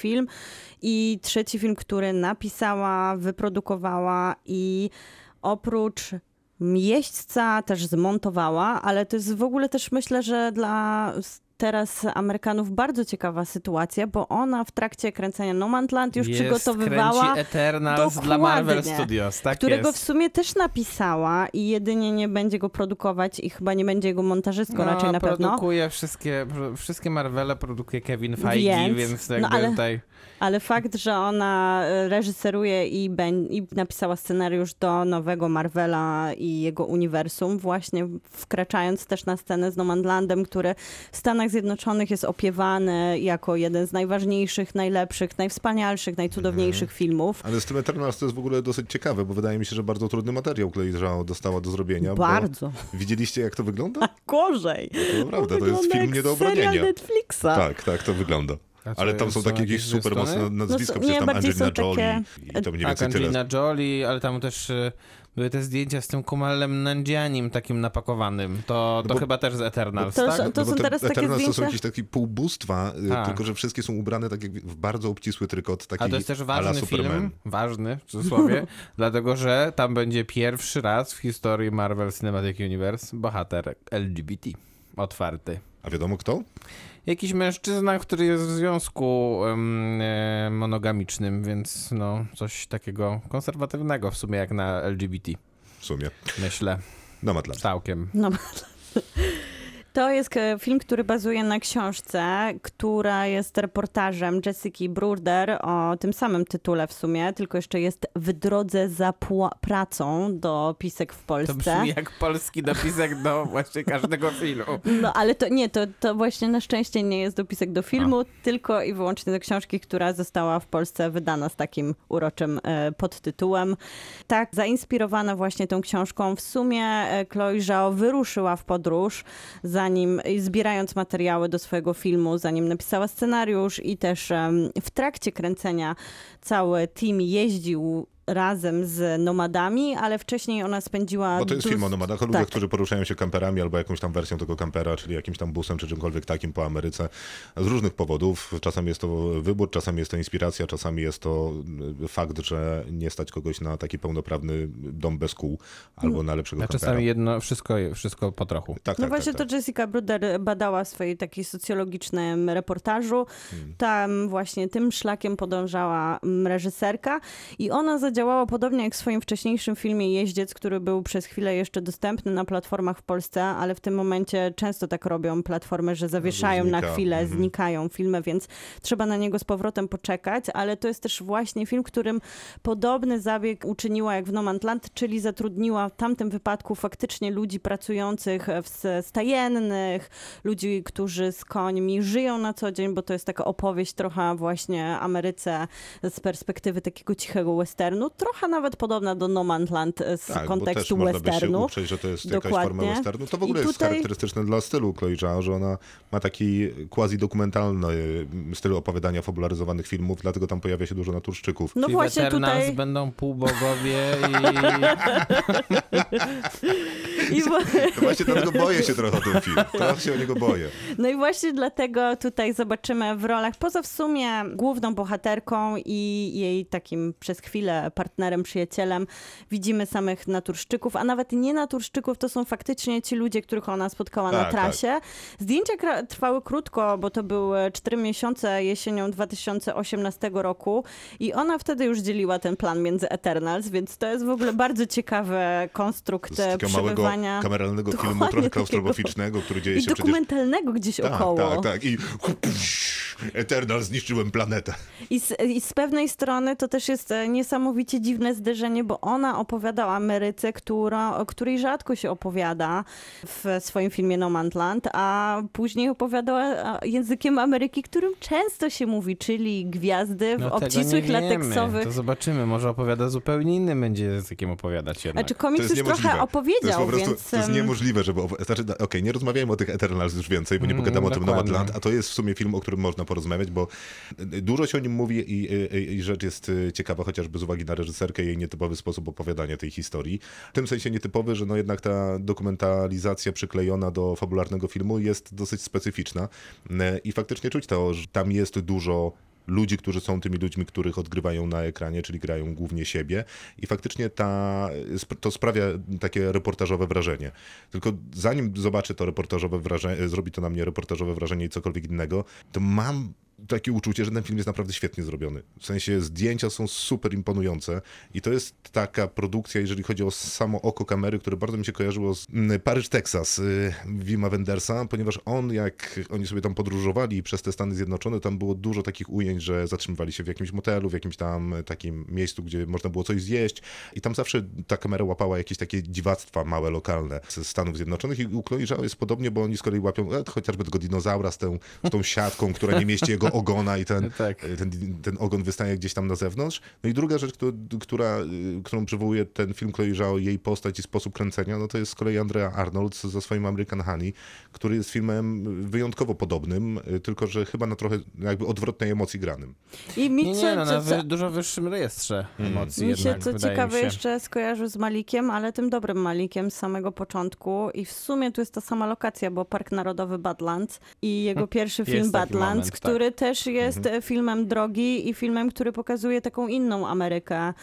film, który napisała, wyprodukowała i oprócz jeźdźca też zmontowała, ale to jest w ogóle też, myślę, że dla teraz Amerykanów bardzo ciekawa sytuacja, bo ona w trakcie kręcenia Nomadland już przygotowywała kręci Eternals dla Marvel Studios, tak którego jest. w sumie też napisała i jedynie nie będzie go produkować i chyba nie będzie jego montażystką raczej na pewno. Produkuje wszystkie Marvele produkuje Kevin Feige, więc jakby tutaj... Ale fakt, że ona reżyseruje i napisała scenariusz do nowego Marvela i jego uniwersum, właśnie wkraczając też na scenę z Nomadlandem, który w Stanach Zjednoczonych jest opiewany jako jeden z najważniejszych, najlepszych, najwspanialszych, najcudowniejszych filmów. Ale z tym Eternals to jest w ogóle dosyć ciekawe, bo wydaje mi się, że bardzo trudny materiał Chloe Zhao dostała do zrobienia. Bardzo. Widzieliście, jak to wygląda? Gorzej. To naprawdę, to jest film nie do obronienia. Serial Netflixa. Tak, to wygląda. Ale tam są takie jakieś super mocne nazwiska, przecież tam Angelina Jolie i to mniej więcej tyle. Angelina Jolie, ale tam też były te zdjęcia z tym Kumalem Nanjianim takim napakowanym. To chyba też z Eternals, tak? To są teraz takie Eternals zdjęcia? to są jakieś takie półbóstwa, tylko że wszystkie są ubrane tak jak w bardzo obcisły trykot, taki a to jest też ważny Superman. film, ważny w cudzysłowie, dlatego że tam będzie pierwszy raz w historii Marvel Cinematic Universe bohater LGBT, otwarty. A wiadomo kto? Jakiś mężczyzna, który jest w związku monogamicznym, więc no coś takiego konserwatywnego w sumie jak na LGBT. W sumie. Myślę. Nomadland. Całkiem. To jest film, który bazuje na książce, która jest reportażem Jessiki Bruder o tym samym tytule w sumie, tylko jeszcze jest w drodze za pracą do pisek w Polsce. To brzmi jak polski dopisek do właśnie każdego filmu. No ale to właśnie na szczęście nie jest dopisek do filmu, tylko i wyłącznie do książki, która została w Polsce wydana z takim uroczym podtytułem. Tak, zainspirowana właśnie tą książką, w sumie Chloe Zhao wyruszyła w podróż, zbierając materiały do swojego filmu, zanim napisała scenariusz i też w trakcie kręcenia cały team jeździł razem z nomadami, ale wcześniej ona spędziła... Bo to jest film o nomadach, o ludziach, tak. którzy poruszają się kamperami albo jakąś tam wersją tego kampera, czyli jakimś tam busem czy czymkolwiek takim po Ameryce z różnych powodów. Czasami jest to wybór, czasami jest to inspiracja, czasami jest to fakt, że nie stać kogoś na taki pełnoprawny dom bez kół albo na lepszego A kampera. czasami wszystko po trochu. Tak, No tak, właśnie tak. to Jessica Bruder badała w swojej takiej socjologicznym reportażu. Tam właśnie tym szlakiem podążała reżyserka i ona zadziałała podobnie jak w swoim wcześniejszym filmie Jeździec, który był przez chwilę jeszcze dostępny na platformach w Polsce, ale w tym momencie często tak robią platformy, że zawieszają na chwilę, znikają filmy, więc trzeba na niego z powrotem poczekać, ale to jest też właśnie film, którym podobny zabieg uczyniła jak w Nomadland, czyli zatrudniła w tamtym wypadku faktycznie ludzi pracujących w stajennych, ludzi, którzy z końmi żyją na co dzień, bo to jest taka opowieść trochę właśnie Ameryce z perspektywy takiego cichego westernu, trochę nawet podobna do Nomadland z kontekstu bo też westernu. można by się uprzeć, że to jest jakaś forma westernu. To w ogóle jest charakterystyczne dla stylu Chloe Zhao, że ona ma taki quasi-dokumentalny styl opowiadania fabularyzowanych filmów, dlatego tam pojawia się dużo naturszczyków. No Czyli właśnie tutaj... będą półbogowie To właśnie dlatego boję się trochę o ten film. Trochę się o niego boję. No i właśnie dlatego tutaj zobaczymy w rolach, poza w sumie główną bohaterką i jej takim przez chwilę partnerem, przyjacielem, widzimy samych naturszczyków, a nawet nie naturszczyków, to są faktycznie ci ludzie, których ona spotkała na trasie. Tak. Zdjęcia trwały krótko, bo to były 4 miesiące jesienią 2018 roku i ona wtedy już dzieliła ten plan między Eternals, więc to jest w ogóle bardzo ciekawy konstrukt przebywania. Małego kameralnego filmu, trochę klaustrofobicznego, który dzieje się i dokumentalnego gdzieś około. Tak. I Eternal, zniszczyłem planetę. I z pewnej strony to też jest niesamowicie dziwne zderzenie, bo ona opowiada o Ameryce, o której rzadko się opowiada w swoim filmie Nomadland, a później opowiadała językiem Ameryki, którym często się mówi, czyli gwiazdy w obcisłych lateksowych. To zobaczymy, może opowiada zupełnie innym będzie językiem opowiadać jednak. Znaczy komiks już trochę opowiedział, więc... To jest niemożliwe, żeby... Znaczy, nie rozmawiajmy o tych Eternals już więcej, bo nie pogadamy o tym Nomadland, a to jest w sumie film, o którym można porozmawiać, bo dużo się o nim mówi i rzecz jest ciekawa, chociażby z uwagi na reżyserkę i jej nietypowy sposób opowiadania tej historii. W tym sensie nietypowy, że no jednak ta dokumentalizacja przyklejona do fabularnego filmu jest dosyć specyficzna i faktycznie czuć to, że tam jest dużo ludzi, którzy są tymi ludźmi, których odgrywają na ekranie, czyli grają głównie siebie i faktycznie to sprawia takie reportażowe wrażenie. Tylko zanim zobaczę to reportażowe wrażenie, zrobi to na mnie reportażowe wrażenie i cokolwiek innego, to mam takie uczucie, że ten film jest naprawdę świetnie zrobiony. W sensie zdjęcia są super imponujące i to jest taka produkcja, jeżeli chodzi o samo oko kamery, które bardzo mi się kojarzyło z Paryż, Teksas Wima Wendersa, ponieważ jak oni sobie tam podróżowali przez te Stany Zjednoczone, tam było dużo takich ujęć, że zatrzymywali się w jakimś motelu, w jakimś tam takim miejscu, gdzie można było coś zjeść i tam zawsze ta kamera łapała jakieś takie dziwactwa małe, lokalne ze Stanów Zjednoczonych i u Chloe Zhao jest podobnie, bo oni z kolei łapią chociażby tego dinozaura z tą siatką, która nie mieści jego ogona i ten ogon wystaje gdzieś tam na zewnątrz. No i druga rzecz, którą przywołuje ten film Chloe Zhao, jej postać i sposób kręcenia, no to jest z kolei Andrea Arnold ze swoim American Honey, który jest filmem wyjątkowo podobnym, tylko że chyba na trochę jakby odwrotnej emocji granym. I na dużo wyższym rejestrze emocji mi się jednak, co ciekawe jeszcze skojarzył z Malikiem, ale tym dobrym Malikiem z samego początku i w sumie tu jest ta sama lokacja, bo Park Narodowy Badlands i jego pierwszy film Badlands, który też jest filmem drogi i filmem, który pokazuje taką inną Amerykę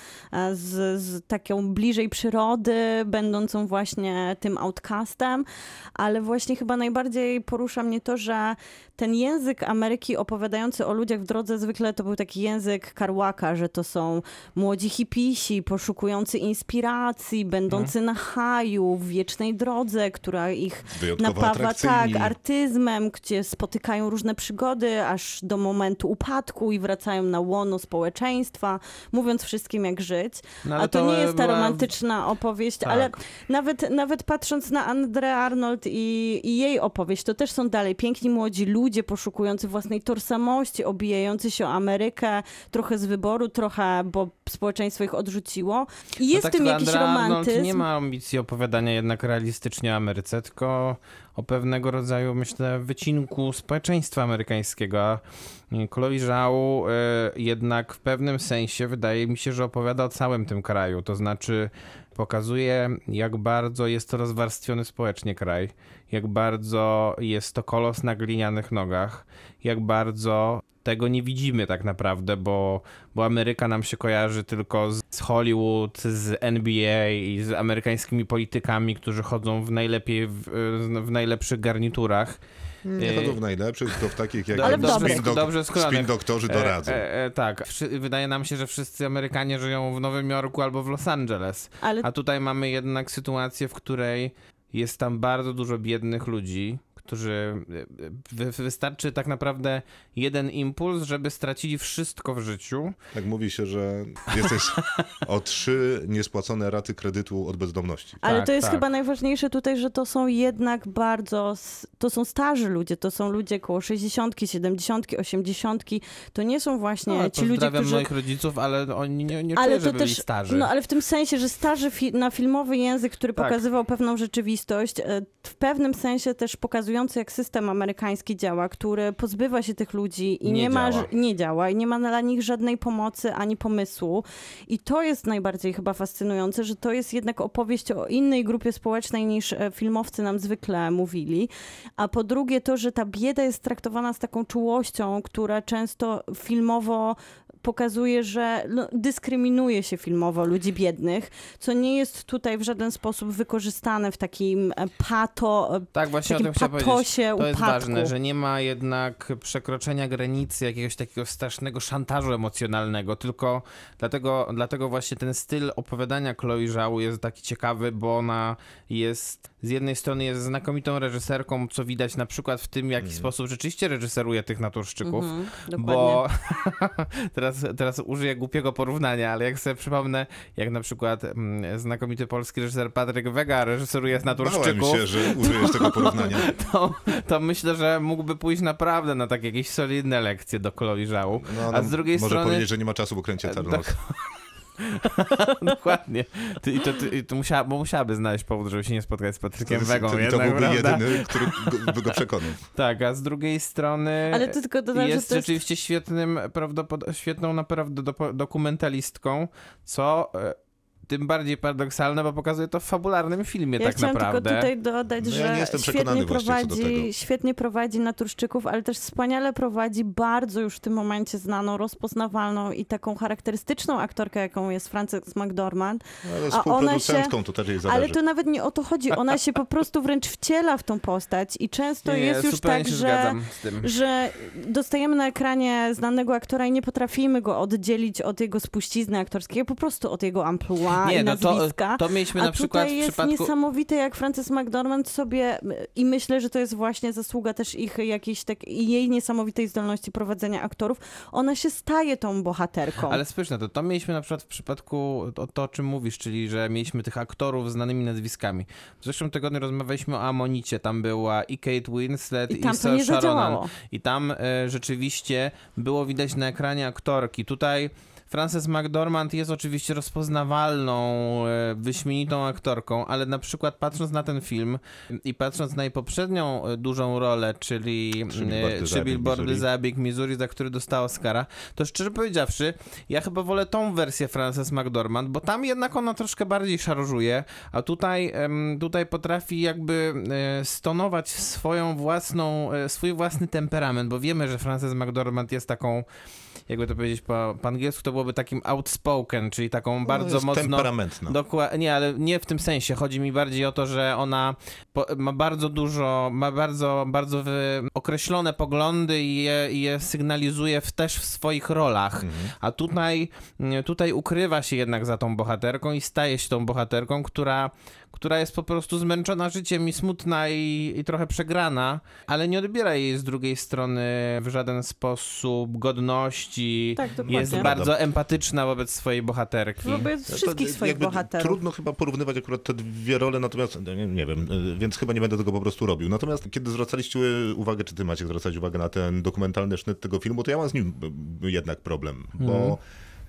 z taką bliżej przyrody, będącą właśnie tym outcastem, ale właśnie chyba najbardziej porusza mnie to, że ten język Ameryki opowiadający o ludziach w drodze zwykle to był taki język Kerouaka, że to są młodzi hipisi poszukujący inspiracji, będący na haju, w wiecznej drodze, która ich napawa artyzmem, gdzie spotykają różne przygody, aż do momentu upadku i wracają na łono społeczeństwa, mówiąc wszystkim jak żyć. No, a to nie jest ta romantyczna opowieść, ale nawet patrząc na Andrea Arnold i jej opowieść, to też są dalej piękni młodzi ludzie poszukujący własnej tożsamości, obijający się o Amerykę, trochę z wyboru, trochę, bo społeczeństwo ich odrzuciło. I jest w tym jakiś romantyzm. Arnold nie ma ambicji opowiadania jednak realistycznie o Ameryce, tylko o pewnego rodzaju, myślę, wycinku społeczeństwa amerykańskiego. Chloe Zhao jednak w pewnym sensie wydaje mi się, że opowiada o całym tym kraju, to znaczy pokazuje, jak bardzo jest to rozwarstwiony społecznie kraj, jak bardzo jest to kolos na glinianych nogach, jak bardzo tego nie widzimy tak naprawdę, bo Ameryka nam się kojarzy tylko z Hollywood, z NBA i z amerykańskimi politykami, którzy chodzą w najlepszych garniturach. Nie chodzą w najlepszych, tylko w takich jak Spin doktorzy doradzą. Tak, wydaje nam się, że wszyscy Amerykanie żyją w Nowym Jorku albo w Los Angeles. A tutaj mamy jednak sytuację, w której jest tam bardzo dużo biednych ludzi, którzy wystarczy tak naprawdę jeden impuls, żeby stracili wszystko w życiu. Tak mówi się, że jesteś o 3 niespłacone raty kredytu od bezdomności. Ale Tak, to jest tak. chyba najważniejsze tutaj, że to są jednak to są starzy ludzie, to są ludzie koło 60, 70, 80. To nie są właśnie ci ludzie, Pozdrawiam którzy... moich rodziców, ale oni nie Ale czuję, to że byli też, starzy. no ale w tym sensie, że starzy na filmowy język, który Tak. pokazywał pewną rzeczywistość, w pewnym sensie też pokazujący, jak system amerykański działa, który pozbywa się tych ludzi i nie działa i nie ma dla nich żadnej pomocy ani pomysłu. I to jest najbardziej chyba fascynujące, że to jest jednak opowieść o innej grupie społecznej niż filmowcy nam zwykle mówili. A po drugie to, że ta bieda jest traktowana z taką czułością, która często filmowo pokazuje, że dyskryminuje się filmowo ludzi biednych, co nie jest tutaj w żaden sposób wykorzystane w takim Tak, właśnie o takim tym chciałem powiedzieć. patosie, To jest upadku. ważne, że nie ma jednak przekroczenia granicy jakiegoś takiego strasznego szantażu emocjonalnego, tylko dlatego właśnie ten styl opowiadania Chloe Zhao jest taki ciekawy, bo ona z jednej strony jest znakomitą reżyserką, co widać na przykład w tym, w jaki sposób rzeczywiście reżyseruje tych naturszczyków, bo teraz użyję głupiego porównania, ale jak sobie przypomnę, jak na przykład znakomity polski reżyser Patryk Wega reżyseruje z naturszczyków. Bałem się, że użyjesz tego porównania. To myślę, że mógłby pójść naprawdę na takie jakieś solidne lekcje do Chloe Zhao. No, A z drugiej może strony... powiedzieć, że nie ma czasu, bo kręci Eternos. Dokładnie. Bo musiałaby znaleźć powód, żeby się nie spotkać z Patrykiem Wegą. To jednak, byłby prawda? jedyny, który by go przekonał. Tak, a z drugiej strony Ale to tylko dodam, jest że to jest... rzeczywiście świetną naprawdę dokumentalistką, co tym bardziej paradoksalne, bo pokazuje to w fabularnym filmie Ja tak chciałam naprawdę. tylko tutaj dodać, No ja że nie jestem przekonany właśnie co do tego. świetnie prowadzi naturszczyków, ale też wspaniale prowadzi bardzo już w tym momencie znaną, rozpoznawalną i taką charakterystyczną aktorkę, jaką jest Frances McDormand. Ale z półproducentką to też jej zależy. Ale to nawet nie o to chodzi. Ona się po prostu wręcz wciela w tą postać i często jest już tak, że dostajemy na ekranie znanego aktora i nie potrafimy go oddzielić od jego spuścizny aktorskiej, po prostu od jego amplua i nazwiska. To mieliśmy na przykład tutaj jest w przypadku... niesamowite, jak Frances McDormand sobie, i myślę, że to jest właśnie zasługa też ich jakiejś jej niesamowitej zdolności prowadzenia aktorów, ona się staje tą bohaterką. Ale spójrz na to mieliśmy na przykład w przypadku to, o czym mówisz, czyli że mieliśmy tych aktorów z znanymi nazwiskami. W zeszłym tygodniu rozmawialiśmy o Amonicie, tam była i Kate Winslet, i Saoirse Ronan. I tam rzeczywiście było widać na ekranie aktorki. Tutaj Frances McDormand jest oczywiście rozpoznawalną, wyśmienitą aktorką, ale na przykład patrząc na ten film i patrząc na jej poprzednią dużą rolę, czyli Trzy billboardy za Ebbing, Missouri, za który dostała Oscara, to szczerze powiedziawszy, ja chyba wolę tą wersję Frances McDormand, bo tam jednak ona troszkę bardziej szarżuje, a tutaj potrafi jakby stonować swój własny temperament, bo wiemy, że Frances McDormand jest taką, jakby to powiedzieć po angielsku, to byłoby takim outspoken, czyli taką bardzo mocno... temperamentna. Nie, ale nie w tym sensie. Chodzi mi bardziej o to, że ona ma bardzo określone poglądy i je sygnalizuje też w swoich rolach. A tutaj ukrywa się jednak za tą bohaterką i staje się tą bohaterką, która jest po prostu zmęczona życiem i smutna i trochę przegrana, ale nie odbiera jej z drugiej strony w żaden sposób godności. Tak, dokładnie. Jest bardzo empatyczna wobec swojej bohaterki. Wobec wszystkich swoich bohaterów. Trudno chyba porównywać akurat te dwie role, natomiast nie wiem, więc chyba nie będę tego po prostu robił. Natomiast kiedy zwracaliście uwagę, czy ty macie zwracać uwagę na ten dokumentalny sznyt tego filmu, to ja mam z nim jednak problem, bo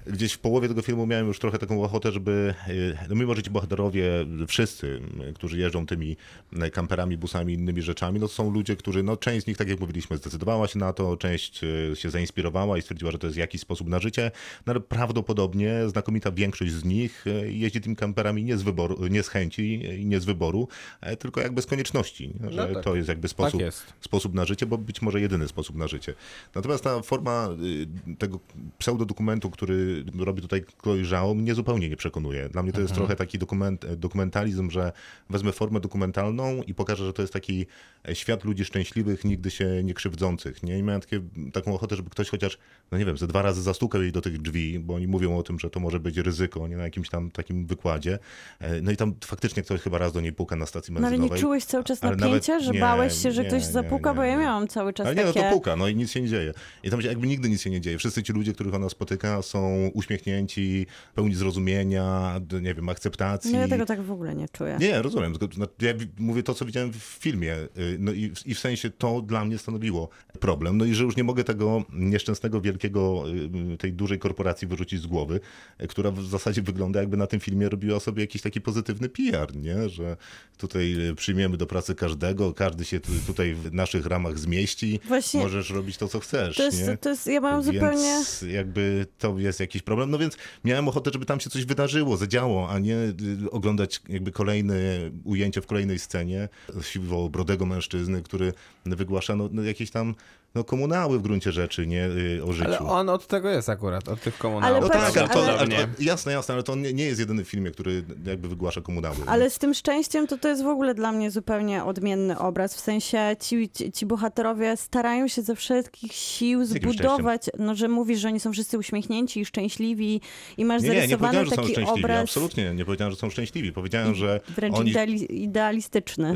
gdzieś w połowie tego filmu miałem już trochę taką ochotę, żeby, no mimo że ci bohaterowie, wszyscy, którzy jeżdżą tymi kamperami, busami, innymi rzeczami, no są ludzie, którzy, no część z nich, tak jak mówiliśmy, zdecydowała się na to, część się zainspirowała i stwierdziła, że to jest jakiś sposób na życie, no ale prawdopodobnie znakomita większość z nich jeździ tymi kamperami nie z wyboru, nie z chęci i nie z wyboru, tylko jakby z konieczności, że No tak. to jest jakby sposób na życie, bo być może jedyny sposób na życie. Natomiast ta forma tego pseudodokumentu, który robi tutaj Chloe Zhao, mnie zupełnie nie przekonuje. Dla mnie to jest trochę taki dokumentalizm, że wezmę formę dokumentalną i pokażę, że to jest taki świat ludzi szczęśliwych, nigdy się nie krzywdzących. Nie? I miałem taką ochotę, żeby ktoś chociaż, no nie wiem, ze 2 razy zastukał jej do tych drzwi, bo oni mówią o tym, że to może być ryzyko, nie, na jakimś tam takim wykładzie. No i tam faktycznie ktoś chyba raz do niej puka na stacji No benzynowej. ale nie czułeś cały czas Ale napięcia, nawet że nie, bałeś się, że nie, ktoś nie, zapuka, nie, bo ja nie. miałam cały czas Ale nie, takie... no to puka, no i nic się nie dzieje. I tam się jakby nigdy nic się nie dzieje. Wszyscy ci ludzie, których ona spotyka, są uśmiechnięci, pełni zrozumienia, nie wiem, akceptacji. No ja tego tak w ogóle nie czuję. Nie, rozumiem. Ja mówię to, co widziałem w filmie. No i w sensie to dla mnie stanowiło problem. No i że już nie mogę tego nieszczęsnego, wielkiego, tej dużej korporacji wyrzucić z głowy, która w zasadzie wygląda, jakby na tym filmie robiła sobie jakiś taki pozytywny PR, nie? Że tutaj przyjmiemy do pracy każdego, każdy się tutaj w naszych ramach zmieści, Właśnie możesz robić to, co chcesz, nie? to jest, ja mam Więc zupełnie... jakby to jest jakiś problem. No więc miałem ochotę, żeby tam się coś wydarzyło, zadziało, a nie oglądać jakby kolejne ujęcie w kolejnej scenie siwobrodego mężczyzny, który wygłasza no jakieś tam komunały w gruncie rzeczy, nie o życiu. Ale on od tego jest akurat, od tych komunałów. Ale No patrz, tak, prawdopodobnie. jasne, ale to nie jest jedyny w filmie, który jakby wygłasza komunały. Ale z tym szczęściem to jest w ogóle dla mnie zupełnie odmienny obraz. W sensie ci bohaterowie starają się ze wszystkich sił zbudować, no że mówisz, że oni są wszyscy uśmiechnięci i szczęśliwi i masz Nie zarysowany powiedziałem, że są taki szczęśliwi, obraz absolutnie nie powiedziałem, że są szczęśliwi. Powiedziałem, że wręcz oni, idealistyczny.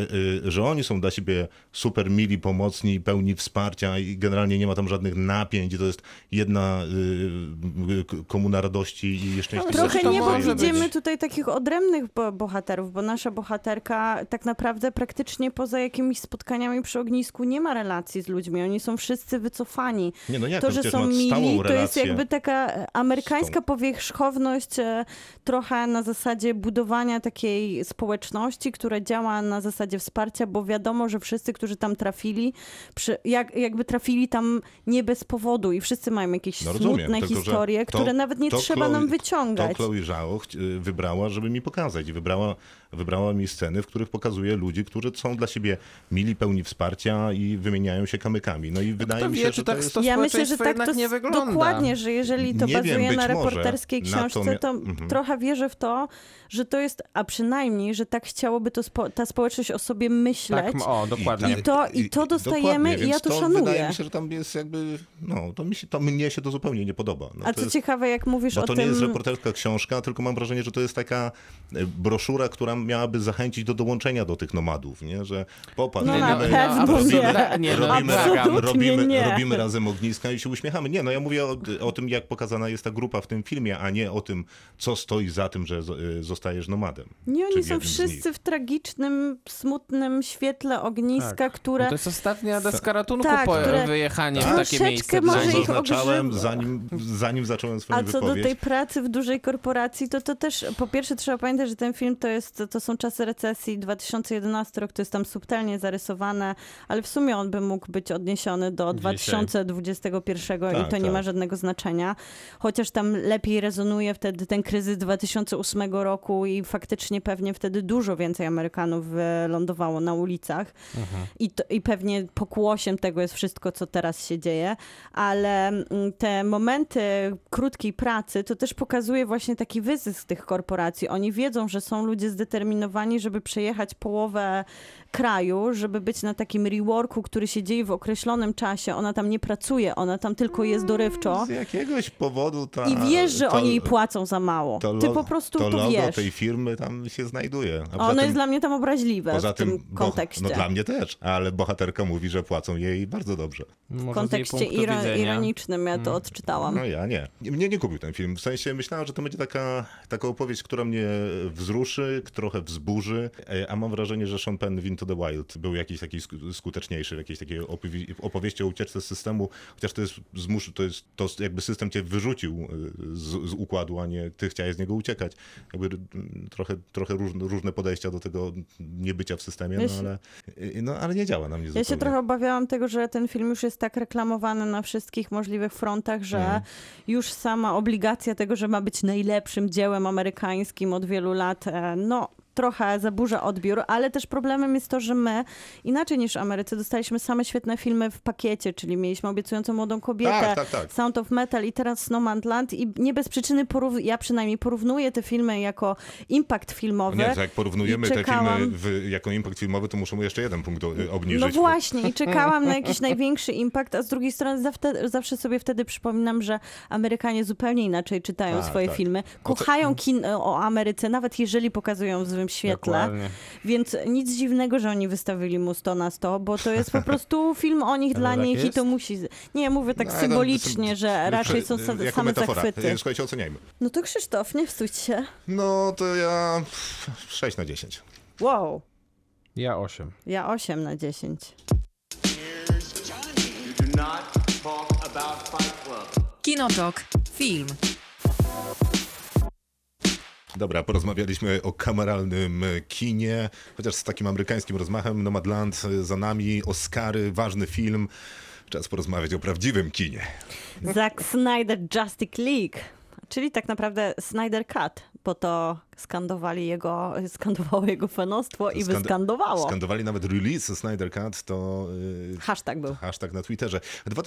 że oni są dla siebie super mili, pomocni, pełni wsparcia i generalnie nie ma tam żadnych napięć. To jest jedna komuna radości i szczęśliwości. Trochę to nie, bo może widzimy być. tutaj takich odrębnych bohaterów, bo nasza bohaterka tak naprawdę praktycznie poza jakimiś spotkaniami przy ognisku nie ma relacji z ludźmi. Oni są wszyscy wycofani. Nie, no jak, To, że przecież są ma stałą mili, to jest relację. jakby taka amerykańska powierzchowność trochę na zasadzie budowania takiej społeczności, która działa na zasadzie wsparcia, bo wiadomo, że wszyscy, którzy tam trafili, jakby trafili tam nie bez powodu i wszyscy mają jakieś smutne tylko, historie, które nawet nie trzeba nam wyciągać. To Chloe Zhao wybrała, żeby mi pokazać. I wybrała mi sceny, w których pokazuje ludzi, którzy są dla siebie mili, pełni wsparcia i wymieniają się kamykami. No i wydaje mi się, że to jest... Ja myślę, że tak to nie wygląda. dokładnie, że jeżeli to Nie bazuje wiem, na być może. reporterskiej książce, to trochę wierzę w to, że to jest, a przynajmniej, że tak chciałoby to ta społeczność o sobie myśleć. Tak, dokładnie. I to dostajemy dokładnie, i ja to więc szanuję. Wydaje mi się, że tam jest jakby, mnie się to zupełnie nie podoba. No, A to co jest, ciekawe, jak mówisz bo o to tym... nie jest reporterska książka, tylko mam wrażenie, że to jest taka broszura, która miałaby zachęcić do dołączenia do tych nomadów, nie? Że popatrz, No na pewno robimy razem ogniska i się uśmiechamy. Nie, no ja mówię o tym, jak pokazana jest ta grupa w tym filmie, a nie o tym, co stoi za tym, że zostajesz nomadem. Nie, oni Czyli są jednym z wszyscy w tragicznym, smutnym świetle ogniska, które... No to jest ostatnia deska ratunku Tak, po które wyjechanie w troszeczkę takie miejsce. może dla ich nich. Zaznaczałem, ogrzewa. zanim zacząłem swoją A co wypowiedź. do tej pracy w dużej korporacji, to też po pierwsze trzeba pamiętać, że ten film to są czasy recesji, 2011 rok, to jest tam subtelnie zarysowane, ale w sumie on by mógł być odniesiony do 2021 i to nie ma żadnego znaczenia. Chociaż tam lepiej rezonuje wtedy ten kryzys 2008 roku i faktycznie pewnie wtedy dużo więcej Amerykanów lądowało na ulicach. I pewnie pokłosiem tego jest wszystko, co teraz się dzieje, ale te momenty krótkiej pracy to też pokazuje właśnie taki wyzysk tych korporacji. Oni wiedzą, że są ludzie zdeterminowani, żeby przejechać połowę kraju, żeby być na takim reworku, który się dzieje w określonym czasie. Ona tam nie pracuje, ona tam tylko jest dorywczo. Z jakiegoś powodu I wiesz, że oni jej płacą za mało. Ty po prostu to logo wiesz. tej firmy tam się znajduje. A ono jest dla mnie tam obraźliwe w tym kontekście. No dla mnie też, ale bohaterka mówi, że płacą jej bardzo dobrze. W kontekście ironicznym ja to odczytałam. No ja nie. Mnie nie kupił ten film. W sensie myślałem, że to będzie taka opowieść, która mnie wzruszy, trochę wzburzy, a mam wrażenie, że Sean Penn w Into the Wild był jakiś taki skuteczniejszy, jakiejś takiej opowieści o ucieczce z systemu, chociaż to jest jakby system cię wyrzucił z układu, a nie ty chciałeś z niego uciekać. Jakby trochę różne podejścia do tego niebycia w systemie, ale nie działa na mnie zupełnie. Ja się trochę obawiałam tego, że ten film już jest tak reklamowany na wszystkich możliwych frontach, że już sama obligacja tego, że ma być najlepszym dziełem amerykańskim od wielu lat, trochę zaburza odbiór, ale też problemem jest to, że my, inaczej niż w Ameryce, dostaliśmy same świetne filmy w pakiecie, czyli mieliśmy Obiecującą młodą kobietę, tak. Sound of Metal i teraz Snowmanland i nie bez przyczyny ja przynajmniej porównuję te filmy jako impact filmowy. Nie, to jak porównujemy te filmy jako impact filmowy, to muszę mu jeszcze jeden punkt obniżyć. No właśnie i czekałam na jakiś największy impact, a z drugiej strony zawsze sobie wtedy przypominam, że Amerykanie zupełnie inaczej czytają swoje filmy, kochają o Ameryce, nawet jeżeli pokazują w złym świetle. Dokładnie. Więc nic dziwnego, że oni wystawili mu 100 na 100, bo to jest po prostu film o nich, dla nich i to musi... Nie, mówię tak symbolicznie, że raczej są same zachwyty. Słuchajcie, oceniajmy. No to Krzysztof, nie wstydź się. No to ja 6 na 10. Wow. Ja 8. Ja 8 na 10. Kinotok. Film. Dobra, porozmawialiśmy o kameralnym kinie, chociaż z takim amerykańskim rozmachem. Nomadland za nami, Oscary, ważny film. Czas porozmawiać o prawdziwym kinie. Zack Snyder Justice League, czyli tak naprawdę Snyder Cut, bo to skandowało jego fanostwo i wyskandowało. Skandowali nawet release Snyder Cut, to hashtag był. Hashtag na Twitterze.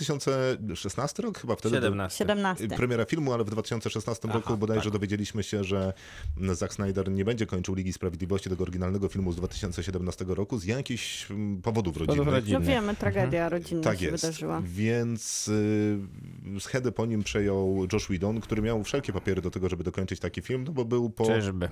2016 rok chyba wtedy? 17. Premiera filmu, ale w 2016 roku bodajże dowiedzieliśmy się, że Zack Snyder nie będzie kończył Ligi Sprawiedliwości, tego oryginalnego filmu z 2017 roku z jakichś powodów rodzinnych. No wiemy, tragedia rodzinna się wydarzyła. Więc schedę po nim przejął Joss Whedon, który miał wszelkie papiery do tego, żeby dokończyć taki film, no bo był po... Czyżby.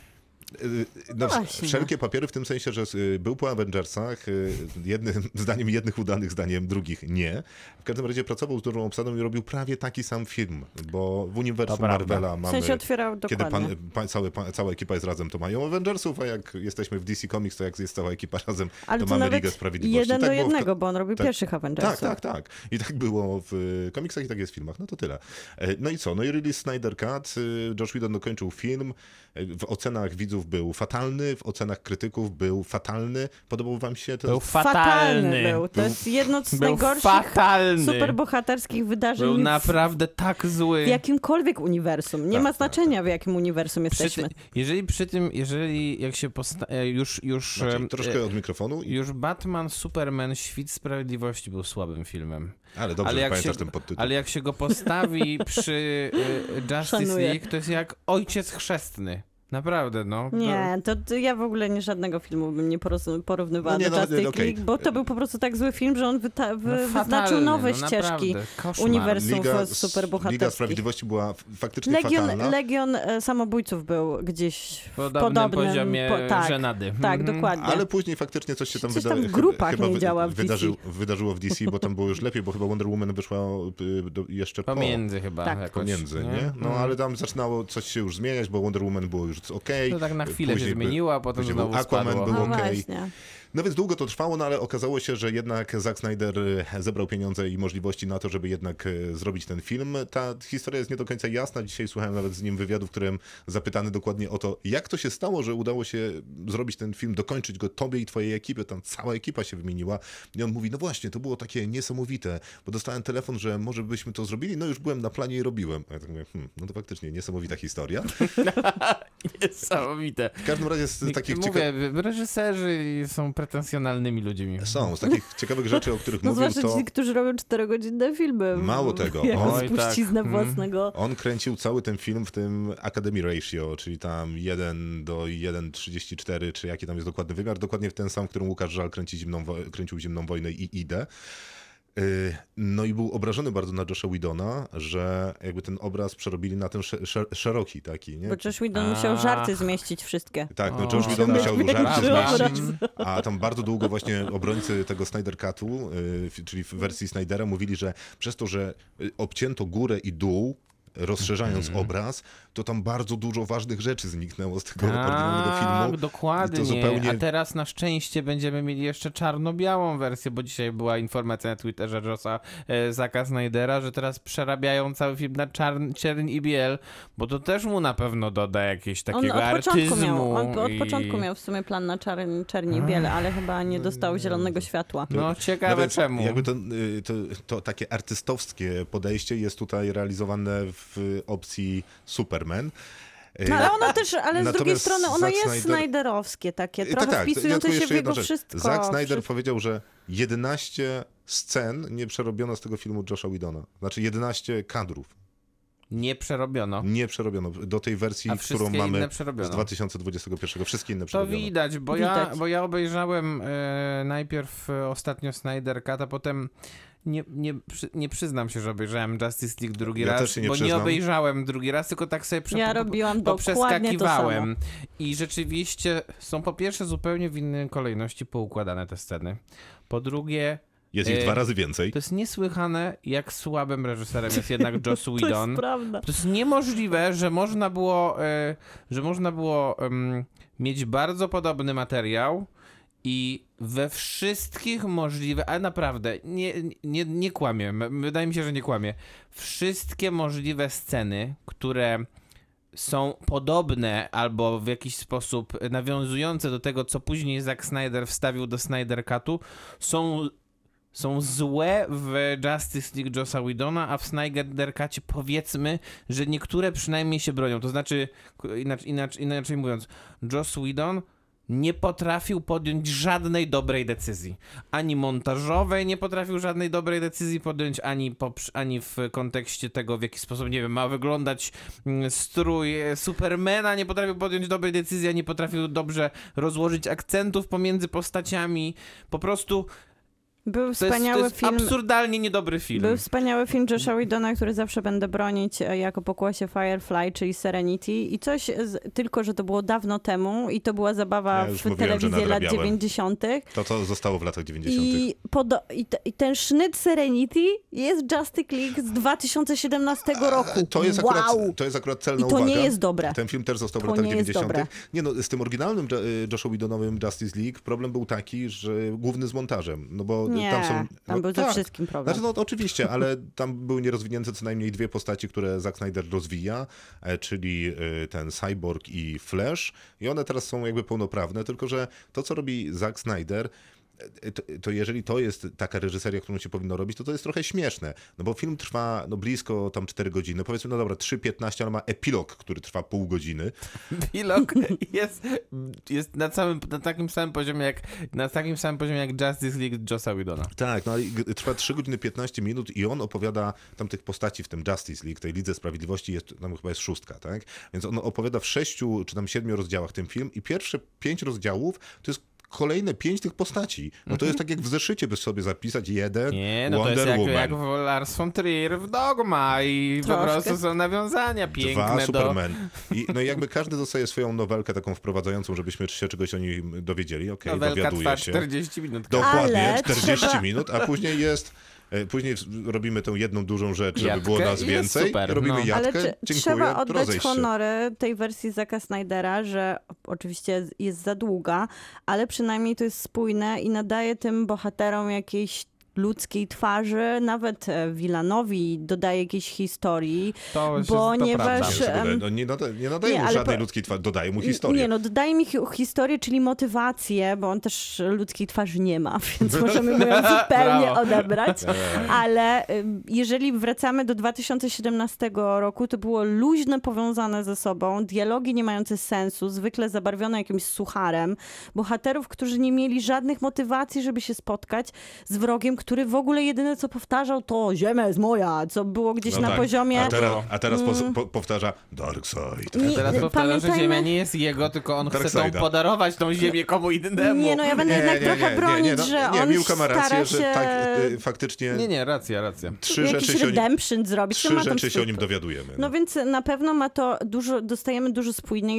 No, wszelkie papiery w tym sensie, że był po Avengersach, zdaniem jednych udanych, zdaniem drugich nie. W każdym razie pracował z dużą obsadą i robił prawie taki sam film, bo w uniwersum Marvela mamy... W sensie otwierał dokładnie. Kiedy cała ekipa jest razem, to mają Avengersów, a jak jesteśmy w DC Comics, to jak jest cała ekipa razem, ale to mamy Ligę Sprawiedliwości. 1:1, bo on robił pierwszych Avengersów. Tak. I tak było w komiksach i tak jest w filmach. No to tyle. No i co? No i release Snyder Cut. Joss Whedon dokończył film. W ocenach widzów był fatalny, w ocenach krytyków był fatalny. Podobał wam się to? Był fatalny. To jest jedno z najgorszych superbohaterskich wydarzeń. Był naprawdę tak zły. W jakimkolwiek uniwersum. Nie ma znaczenia, w jakim uniwersum jesteśmy. Jeżeli jak się już troszkę od mikrofonu. Już Batman, Superman, Świt Sprawiedliwości był słabym filmem. Ale dobrze, że pamiętasz ten podtytuł. Ale jak się go postawi przy Justice League, to jest jak ojciec chrzestny. Naprawdę, no. Nie, to ja w ogóle żadnego filmu bym nie porównywała do Justice League, bo to był po prostu tak zły film, że on wyznaczył nowe ścieżki uniwersum superbohaterskich. Liga Sprawiedliwości była faktycznie fatalna. Legion Samobójców był gdzieś w podobnym poziomie żenady. Tak, dokładnie. Ale później faktycznie coś się tam wydarzyło w DC, bo tam było już lepiej, bo chyba Wonder Woman wyszła jeszcze pomiędzy chyba. Tak. Jakoś, pomiędzy, nie? No ale tam zaczynało coś się już zmieniać, bo Wonder Woman było już okej. To tak na chwilę się zmieniło, a potem znowu Aquaman spadło. był okej. Właśnie. No więc długo to trwało, no ale okazało się, że jednak Zack Snyder zebrał pieniądze i możliwości na to, żeby jednak zrobić ten film. Ta historia jest nie do końca jasna. Dzisiaj słuchałem nawet z nim wywiadu, w którym zapytany dokładnie o to, jak to się stało, że udało się zrobić ten film, dokończyć go tobie i twojej ekipie. Tam cała ekipa się wymieniła. I on mówi, no właśnie, to było takie niesamowite, bo dostałem telefon, że może byśmy to zrobili, no już byłem na planie i robiłem. A ja tak mówię, no to faktycznie niesamowita historia. Niesamowite. W każdym razie z takich reżyserzy są pretensjonalnymi ludźmi. Są, z takich ciekawych rzeczy, o których mówił, zwłaszcza to... ci, którzy robią 4-godzinne filmy. Mało tego. Spuściznę własnego. On kręcił cały ten film w tym Academy Ratio, czyli tam 1:1,34, czy jaki tam jest dokładny wymiar. Dokładnie w ten sam, w którym Łukasz Żal kręcił Zimną Wojnę i Idę. No i był obrażony bardzo na Josha Whedona, że jakby ten obraz przerobili na ten szeroki taki, nie? Bo Josh Whedon musiał żarty zmieścić wszystkie. Tak, no Josh Whedon musiał żarty zmieścić, a tam bardzo długo właśnie obrońcy tego Snyder Cutu, czyli w wersji Snydera, mówili, że przez to, że obcięto górę i dół, rozszerzając obraz, to tam bardzo dużo ważnych rzeczy zniknęło z tego oryginalnego filmu. Tak, dokładnie. I to zupełnie... A teraz na szczęście będziemy mieli jeszcze czarno-białą wersję, bo dzisiaj była informacja na Twitterze Zacka Snydera, że teraz przerabiają cały film na czerń i biel, bo to też mu na pewno doda jakiegoś takiego artyzmu. On od początku miał w sumie plan na czerń i biel, ale chyba nie dostał zielonego światła. No ciekawe czemu. Jakby to takie artystowskie podejście jest tutaj realizowane w opcji Superman. No, ale ono też, z drugiej strony ono Zack jest Snyderowskie takie, trochę tak, wpisujące się w jego wszystko. Zack Snyder powiedział, że 11 scen nie przerobiono z tego filmu Josha Whedona. Znaczy 11 kadrów. Nie przerobiono. Nie przerobiono. Do tej wersji, którą mamy z 2021. Wszystkie inne przerobiono. To widać, bo ja obejrzałem najpierw ostatnio Snyder Cut, a potem nie przyznam się, że obejrzałem Justice League drugi raz, też się nie bo przyznam. nie obejrzałem drugi raz, tylko tak sobie Ja robiłam dokładnie to samo. I rzeczywiście są po pierwsze zupełnie w innej kolejności poukładane te sceny. Po drugie... Jest ich 2 razy więcej. To jest niesłychane, jak słabym reżyserem jest jednak Joss Whedon. To jest prawda. To jest niemożliwe, że można było mieć bardzo podobny materiał i we wszystkich możliwych, ale naprawdę, nie kłamię, wydaje mi się, że nie kłamię. Wszystkie możliwe sceny, które są podobne albo w jakiś sposób nawiązujące do tego, co później Zack Snyder wstawił do Snyder Cutu, są złe w Justice League Jossa Whedona, a w Snyder Cutie powiedzmy, że niektóre przynajmniej się bronią. To znaczy, inaczej mówiąc, Joss Whedon nie potrafił podjąć żadnej dobrej decyzji. Ani montażowej nie potrafił żadnej dobrej decyzji podjąć, ani w kontekście tego, w jaki sposób, nie wiem, ma wyglądać strój Supermana, nie potrafił podjąć dobrej decyzji, ani potrafił dobrze rozłożyć akcentów pomiędzy postaciami. Po prostu Był wspaniały film. Absurdalnie niedobry film. Był wspaniały film Josha Whedona, który zawsze będę bronić jako pokłosie Firefly, czyli Serenity. I coś, tylko że to było dawno temu i to była zabawa w telewizji lat 90. To zostało w latach 90. I ten sznyt Serenity jest Justice League z 2017 roku. To jest akurat celna uwaga. I to nie jest dobre. Ten film też został w latach 90. Nie no, z tym oryginalnym Josha Whedonowym Justice League problem był taki, że główny z montażem. No bo tam był ze wszystkim problem. Znaczy, no oczywiście, ale tam były nierozwinięte co najmniej 2 postaci, które Zack Snyder rozwija, czyli ten Cyborg i Flash. I one teraz są jakby pełnoprawne, tylko że to, co robi Zack Snyder, to jeżeli to jest taka reżyseria, którą się powinno robić, to jest trochę śmieszne. No bo film trwa blisko tam 4 godziny. Powiedzmy, no dobra, 3:15, ale ma epilog, który trwa pół godziny. Epilog jest na takim samym poziomie jak Justice League Jossa Whedona. Tak, no ale trwa 3 godziny 15 minut i on opowiada tam tych postaci w tym Justice League, tej Lidze Sprawiedliwości, tam chyba jest 6, tak? Więc on opowiada w 6 czy tam 7 rozdziałach ten film i pierwsze 5 rozdziałów to jest kolejne 5 tych postaci. No to jest tak jak w zeszycie, by sobie zapisać jeden Wonder to jest Woman. jak Lars von Trier w Dogma i po prostu są nawiązania piękne 2 Superman. No i jakby każdy dostaje swoją nowelkę taką wprowadzającą, żebyśmy się czegoś o nim dowiedzieli. Nowelka trwa 40 minut. Dokładnie, 40 minut, a później jest... Później robimy tę jedną dużą rzecz, żeby było nas więcej. Super, robimy jatkę, ale trzeba oddać honory tej wersji Zacka Snydera, że oczywiście jest za długa, ale przynajmniej to jest spójne i nadaje tym bohaterom jakiejś ludzkiej twarzy, nawet Villanowi dodaje jakiejś historii, ponieważ... Nie nadaje mu żadnej ludzkiej twarzy, dodaje mu historię. Dodaje mi historię, czyli motywację, bo on też ludzkiej twarzy nie ma, więc możemy mu ją zupełnie odebrać, ale jeżeli wracamy do 2017 roku, to było luźne powiązane ze sobą, dialogi nie mające sensu, zwykle zabarwione jakimś sucharem, bohaterów, którzy nie mieli żadnych motywacji, żeby się spotkać z wrogiem, który w ogóle jedyne co powtarzał to Ziemia jest moja, co było gdzieś na poziomie... A teraz powtarza Darkseid. Teraz powtarza, że Ziemia nie jest jego, tylko on chce podarować tą Ziemię komu innemu. Nie, ja będę jednak trochę bronić, że on Miłka ma rację, się... że tak faktycznie... Nie, racja. 3 rzeczy redemption zrobić. 3 rzeczy się o nim dowiadujemy. No więc na pewno ma to dostajemy dużo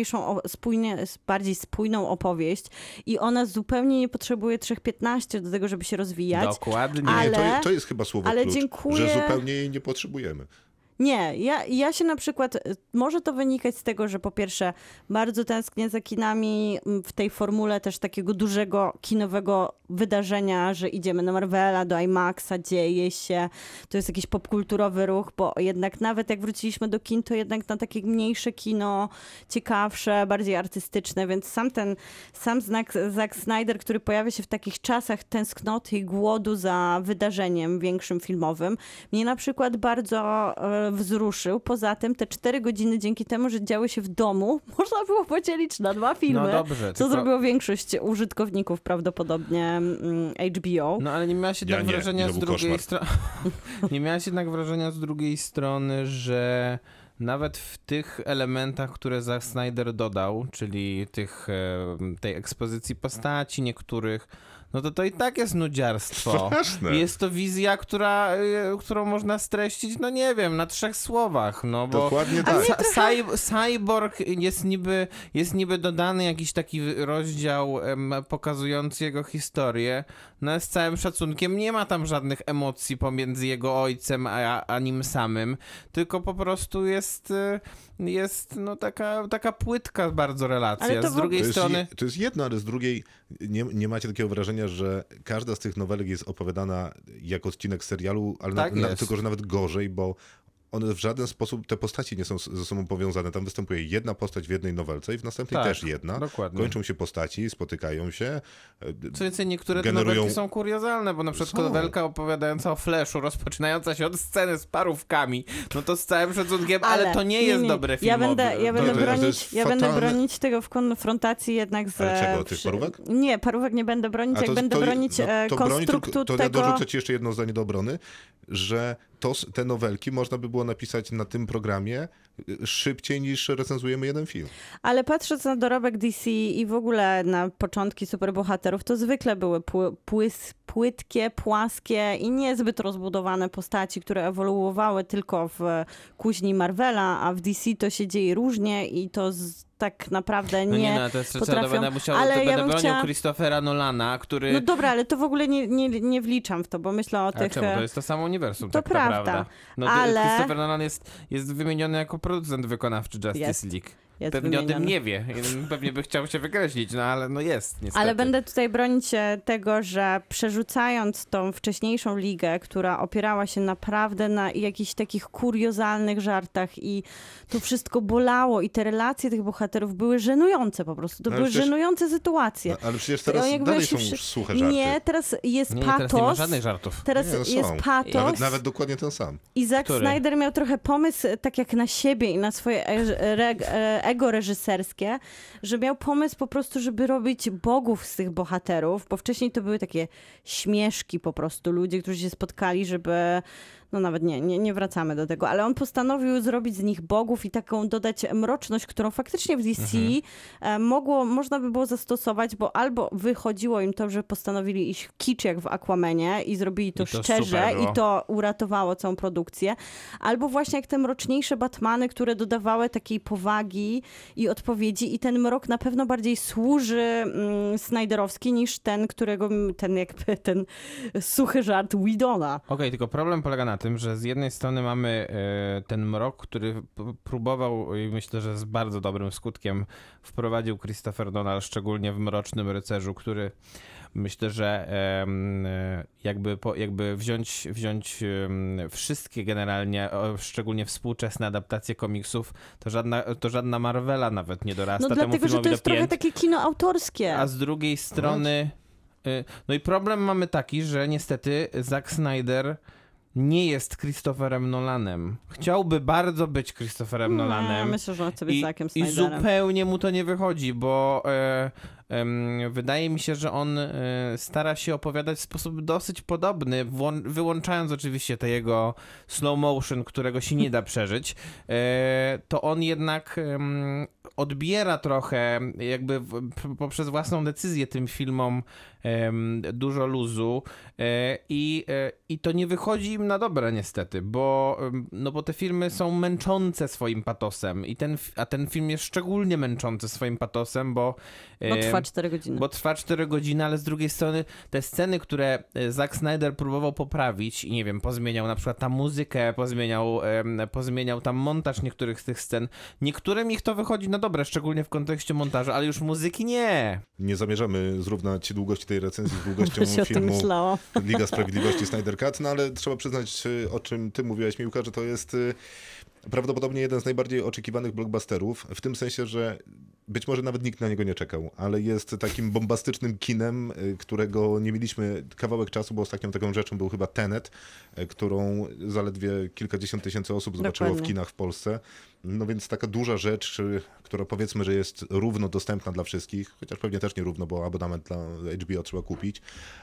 bardziej spójną opowieść i ona zupełnie nie potrzebuje 3:15 do tego, żeby się rozwijać. Dokładnie. Ale, to jest chyba słowo klucz, dziękuję, że zupełnie jej nie potrzebujemy. Nie, ja się na przykład, może to wynikać z tego, że po pierwsze bardzo tęsknię za kinami w tej formule też takiego dużego kinowego wydarzenia, że idziemy na Marvela, do IMAXa, dzieje się, to jest jakiś popkulturowy ruch, bo jednak nawet jak wróciliśmy do kin, to jednak na takie mniejsze kino, ciekawsze, bardziej artystyczne, więc sam Zack Snyder, który pojawia się w takich czasach tęsknoty i głodu za wydarzeniem większym filmowym, mnie na przykład bardzo wzruszył. Poza tym te 4 godziny dzięki temu, że działy się w domu, można było podzielić na 2 filmy, No dobrze, co zrobiło większość użytkowników prawdopodobnie HBO. No ale nie miałaś jednak wrażenia z drugiej strony... Nie miałaś jednak wrażenia z drugiej strony, że nawet w tych elementach, które Zack Snyder dodał, czyli tej ekspozycji postaci niektórych, no to i tak jest nudziarstwo. Straszne. Jest to wizja, którą można streścić, no nie wiem, na 3 słowach, no bo... Dokładnie tak. Cyborg jest niby dodany jakiś taki rozdział pokazujący jego historię, no z całym szacunkiem nie ma tam żadnych emocji pomiędzy jego ojcem a nim samym, tylko po prostu jest no taka płytka bardzo relacja. Z drugiej strony... To jest jedno, ale z drugiej nie macie takiego wrażenia, że każda z tych nowelek jest opowiadana jako odcinek serialu, ale Tak tylko że nawet gorzej, bo one w żaden sposób, te postaci nie są ze sobą powiązane. Tam występuje jedna postać w jednej nowelce i w następnej też jedna. Dokładnie. Kończą się postaci, spotykają się. Co więcej, niektóre te nowelki są kuriozalne, bo na przykład nowelka opowiadająca o Flashu, rozpoczynająca się od sceny z parówkami, no to z całym szacunkiem, ale to nie jest dobre filmowe. Ja będę bronić tego w konfrontacji jednak z... Ale czego, tych parówek? Nie, parówek nie będę bronić, będę bronić konstruktu to tego... ja dorzucę ci jeszcze jedno zdanie do obrony, że te nowelki można by było napisać na tym programie szybciej niż recenzujemy jeden film. Ale patrząc na dorobek DC i w ogóle na początki superbohaterów, to zwykle były płytkie, płaskie i niezbyt rozbudowane postaci, które ewoluowały tylko w kuźni Marvela, a w DC to się dzieje różnie i to tak naprawdę nie to jest potrafią... Będę bronił Christophera Nolana, który... No dobra, ale to w ogóle nie wliczam w to, bo myślę o tych... czemu? To jest to samo uniwersum, to tak prawda. naprawdę. No, ale... Christopher Nolan jest wymieniony jako producent wykonawczy Justice League. Pewnie o tym nie wie. Pewnie by chciał się wykreślić, no ale no jest niestety. Ale będę tutaj bronić tego, że przerzucając tą wcześniejszą ligę, która opierała się naprawdę na jakichś takich kuriozalnych żartach i to wszystko bolało i te relacje tych bohaterów były żenujące po prostu. To były żenujące sytuacje. Ale przecież teraz dalej są suche żarty. Nie, teraz jest patos. Teraz nie ma żadnych żartów. Teraz jest patos. Nawet dokładnie ten sam. I Zack Snyder miał trochę pomysł tak jak na siebie i na swoje ego reżyserskie, że miał pomysł po prostu, żeby robić bogów z tych bohaterów, bo wcześniej to były takie śmieszki po prostu, ludzie, którzy się spotkali, żeby... No nawet nie wracamy do tego, ale on postanowił zrobić z nich bogów i taką dodać mroczność, którą faktycznie w DC można by było zastosować, bo albo wychodziło im to, że postanowili iść w kicz jak w Aquamanie i zrobili to szczerze i to uratowało całą produkcję, albo właśnie jak te mroczniejsze Batmany, które dodawały takiej powagi i odpowiedzi i ten mrok na pewno bardziej służy Snyderowski niż ten suchy żart Whedona. Okej, tylko problem polega na tym, że z jednej strony mamy ten mrok, który próbował i myślę, że z bardzo dobrym skutkiem wprowadził Christopher Nolan, szczególnie w Mrocznym Rycerzu, który myślę, że jakby wziąć wszystkie generalnie, szczególnie współczesne adaptacje komiksów, to żadna Marvela nawet nie dorasta temu filmowi do pięt. No dlatego, że to jest trochę takie kino autorskie. A z drugiej strony... No i problem mamy taki, że niestety Zack Snyder nie jest Christopherem Nolanem. Chciałby bardzo być Christopherem Nolanem. Myślę, że on chce być Zackiem I Snyderem. zupełnie mu to nie wychodzi, bo wydaje mi się, że on stara się opowiadać w sposób dosyć podobny, wyłączając oczywiście te jego slow motion, którego się nie da przeżyć, to on jednak odbiera trochę jakby poprzez własną decyzję tym filmom dużo luzu i to nie wychodzi im na dobre niestety, bo te filmy są męczące swoim patosem a ten film jest szczególnie męczący swoim patosem, bo trwa 4 godziny. Bo trwa 4 godziny, ale z drugiej strony te sceny, które Zack Snyder próbował poprawić i nie wiem, pozmieniał na przykład tam muzykę, pozmieniał tam montaż niektórych z tych scen. Niektórym ich to wychodzi na dobre, szczególnie w kontekście montażu, ale już muzyki nie. Nie zamierzamy zrównać długości tej recenzji z długością Też się o tym filmu myślałam. Liga Sprawiedliwości Snyder Cut, no ale trzeba przyznać, o czym ty mówiłaś, Miłka, że to jest prawdopodobnie jeden z najbardziej oczekiwanych blockbusterów, w tym sensie, że być może nawet nikt na niego nie czekał, ale jest takim bombastycznym kinem, którego nie mieliśmy kawałek czasu, bo ostatnią taką rzeczą był chyba Tenet, którą zaledwie kilkadziesiąt tysięcy osób zobaczyło w kinach w Polsce. No więc taka duża rzecz, która powiedzmy, że jest równo dostępna dla wszystkich, chociaż pewnie też nie równo, bo abonament dla HBO trzeba kupić,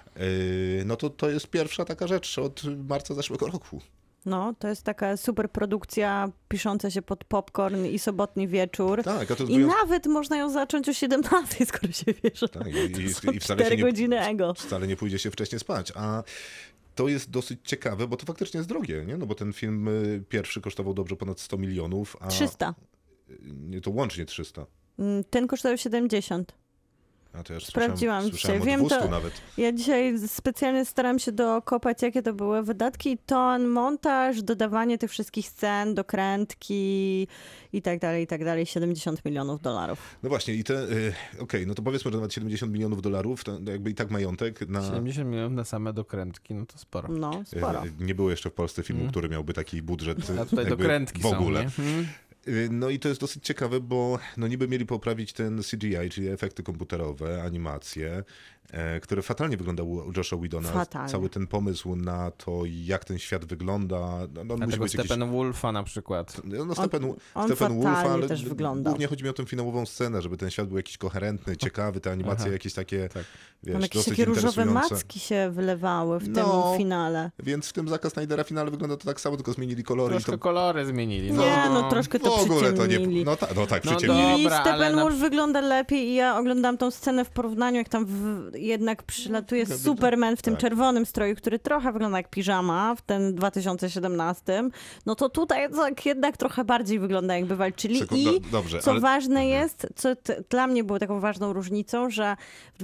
no to jest pierwsza taka rzecz od marca zeszłego roku. No, to jest taka super produkcja pisząca się pod popcorn i sobotni wieczór. Tak, a to I nawet można ją zacząć o 17, skoro się wie, że tak, i wcale 4 godziny ego. Wcale nie pójdzie się wcześniej spać, a to jest dosyć ciekawe, bo to faktycznie jest drogie, nie? No bo ten film pierwszy kosztował dobrze ponad 100 milionów, a... 300. Nie, to łącznie 300. Ten kosztował 70. A to ja już Sprawdziłam słyszałem dzisiaj. o 200 nawet. Ja dzisiaj specjalnie staram się dokopać, jakie to były wydatki. Ton, montaż, dodawanie tych wszystkich scen, dokrętki i tak dalej, 70 milionów dolarów. No właśnie i te, okej, no to powiedzmy, że nawet 70 milionów dolarów, to jakby i tak majątek na... 70 milionów na same dokrętki, no to sporo. No, sporo. Nie było jeszcze w Polsce filmu, który miałby taki budżet A tutaj dokrętki w ogóle. są, No i to jest dosyć ciekawe, bo no niby mieli poprawić ten CGI, czyli efekty komputerowe, animacje, które fatalnie wyglądały u Josha Whedona. Fatalnie. Cały ten pomysł na to, jak ten świat wygląda. No, A tego Steppenwolfa na przykład. No, on Steppenwolfa, ale też wyglądał. głównie chodzi mi o tę finałową scenę, żeby ten świat był jakiś koherentny, ciekawy, te animacje jakieś takie, wiesz, Tam jakieś dosyć takie różowe interesujące. macki się wylewały w tym finale. Więc w tym Zacka Snydera finale wygląda to tak samo, tylko zmienili kolory. Troszkę kolory zmienili. Troszkę to w ogóle to nie... przyciemnili. No tak, No przyciemnili. I Dobra, ale Steppenwolf wygląda lepiej i ja oglądam tą scenę w porównaniu, jak tam jednak przylatuje Superman w tym czerwonym stroju, który trochę wygląda jak piżama w ten 2017. No to tutaj tak jednak trochę bardziej wygląda, jakby walczyli. Dobrze, Co ważne jest, co dla mnie było taką ważną różnicą, że w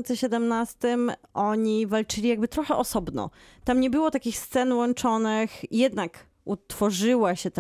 2017 oni walczyli jakby trochę osobno. Tam nie było takich scen łączonych, jednak utworzyła się ta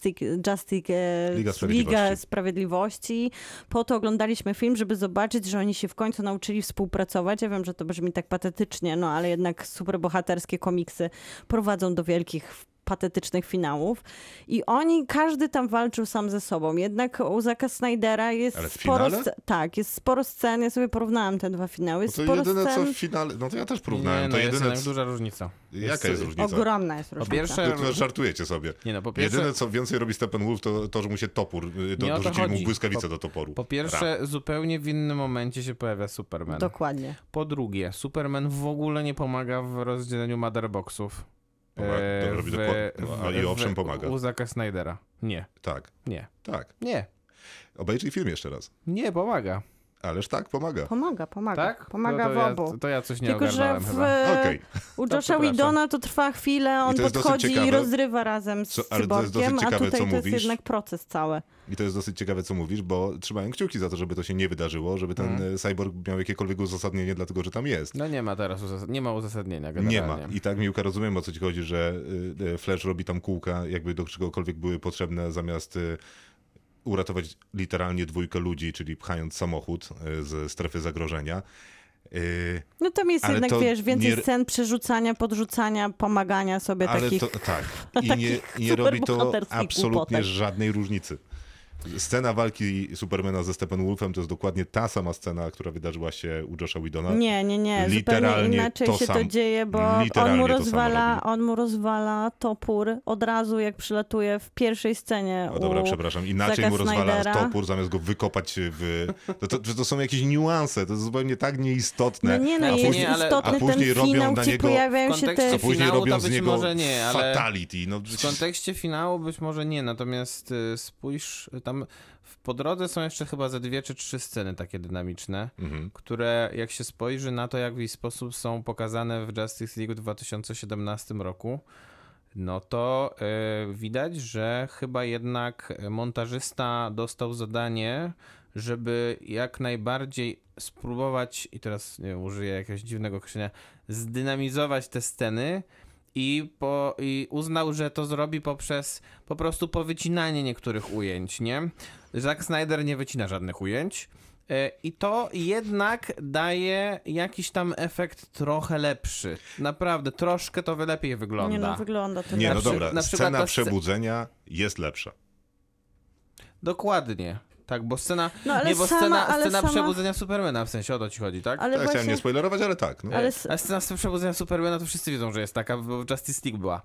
Liga Sprawiedliwości. Po to oglądaliśmy film, żeby zobaczyć, że oni się w końcu nauczyli współpracować. Ja wiem, że to brzmi tak patetycznie, no ale jednak superbohaterskie komiksy prowadzą do wielkich patetycznych finałów. I każdy tam walczył sam ze sobą. Jednak u Zacka Snydera jest jest sporo scen. Ja sobie porównałam te dwa finały. No to jedyne co w finale, no to ja też porównałem. Nie, to jest jedyne duża różnica. Jaka jest różnica? Ogromna jest różnica. Po pierwsze, to żartujecie sobie. Nie, no, po pierwsze, jedyne co więcej robi Steppenwolf to że mu się topór, dorzucili mu błyskawicę do toporu. Po pierwsze, zupełnie w innym momencie się pojawia Superman. Dokładnie. Po drugie, Superman w ogóle nie pomaga w rozdzieleniu motherboxów. I owszem pomaga. U Zacka Snydera. Nie. Tak. Nie. Tak. Nie. Obejrzyj film jeszcze raz. Nie, pomaga. Ależ tak, pomaga. Pomaga. Tak? Pomaga w obu. To ja coś nie Tylko, ogarnąłem że chyba. U Josha Whedona to trwa chwilę, on podchodzi i rozrywa razem z Cyborgiem, a tutaj to jest jednak proces cały. I to jest dosyć ciekawe, co mówisz, bo trzymają kciuki za to, żeby to się nie wydarzyło, żeby ten cyborg miał jakiekolwiek uzasadnienie, dlatego że tam jest. No nie ma teraz nie ma uzasadnienia generalnie. Nie ma. I tak, Miłka, rozumiem, o co ci chodzi, że Flash robi tam kółka, jakby do czegokolwiek były potrzebne, zamiast uratować literalnie 2 ludzi, czyli pchając samochód ze strefy zagrożenia. No tam jest jednak, więcej scen przerzucania, podrzucania, pomagania sobie takich... Tak. I nie robi to absolutnie żadnej różnicy. Scena walki Supermana ze Steppenwolfem to jest dokładnie ta sama scena, która wydarzyła się u Josha Whedona. Nie. Zupełnie inaczej się to dzieje, bo on mu rozwala topór od razu, jak przylatuje w pierwszej scenie. O dobra, przepraszam. Inaczej mu rozwala topór, zamiast go wykopać w... To są jakieś niuanse, to jest zupełnie tak nieistotne. Jest istotny ten finał, gdzie pojawiają się te... A później robią z niego może nie, ale fatality. W kontekście finału być może nie, natomiast spójrz, tam po drodze są jeszcze chyba ze 2 czy 3 sceny takie dynamiczne, które jak się spojrzy na to, jak w ich sposób są pokazane w Justice League w 2017 roku, no to widać, że chyba jednak montażysta dostał zadanie, żeby jak najbardziej spróbować, i teraz nie użyję jakiegoś dziwnego określenia, zdynamizować te sceny i uznał, że to zrobi poprzez po prostu powycinanie niektórych ujęć, nie? Zack Snyder nie wycina żadnych ujęć. I to jednak daje jakiś tam efekt trochę lepszy. Naprawdę, troszkę to lepiej wygląda. Nie no, wygląda to Nie, no lepiej. dobra, na przykład scena ta przebudzenia jest lepsza. Dokładnie. Tak, bo scena, No, ale nie, bo sama- ale scena sama- przebudzenia Supermana, w sensie o to ci chodzi, tak? Ale Ja chciałem właśnie... nie spoilerować, ale tak. No. Ale A scena przebudzenia Supermana to wszyscy wiedzą, że jest taka, bo Justice League była.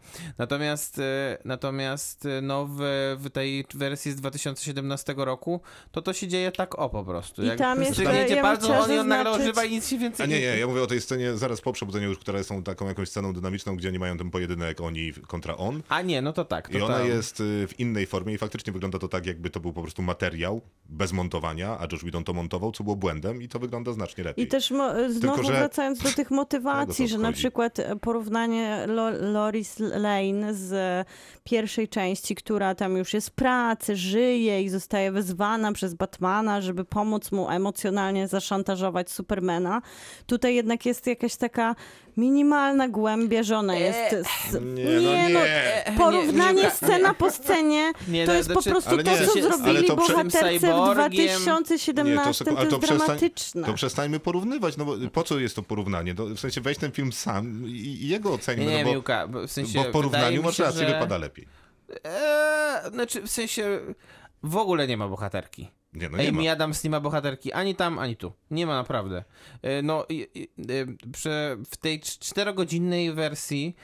Natomiast no w tej wersji z 2017 roku to się dzieje tak po prostu. I tam wszyscy jeszcze- jedzie ja bardzo, bym on chciała ją nagle zaznaczyć- używa i nic się więcej A nie, ja mówię o tej scenie zaraz po przebudzeniu już, która są taką jakąś sceną dynamiczną, gdzie oni mają ten pojedynek oni kontra on. A nie, no to tak. To I ona tam- jest w innej formie i faktycznie wygląda to tak, jakby to był po prostu materiał bez montowania, a Josh Whedon to montował, co było błędem i to wygląda znacznie lepiej. I też znowu że- wracając do tych motywacji, Tego że to na chodzi. przykład porównanie Lois Lane z pierwszej części, która tam już jest w pracy, żyje i zostaje wezwana przez Batmana, żeby pomóc mu emocjonalnie zaszantażować Supermana. Tutaj jednak jest jakaś taka minimalna głębia, że ona jest... Porównanie nie, scena po scenie, Nie, to no, jest po znaczy- prostu ale to, nie, co ale zrobili to bohaterce w cyborgiem- 2017, to jest dramatyczne. To przestańmy porównywać, no bo po co jest to porównanie? W sensie weź ten film sam i jego ocenimy, Nie, no bo, Miłka, w sensie bo w porównaniu wydaje mi masz się, rację, że- wypada lepiej. Znaczy, w sensie w ogóle nie ma bohaterki. Nie, no nie ma. Amy Adams nie ma bohaterki ani tam, ani tu. Nie ma naprawdę. No, w tej 4-godzinnej wersji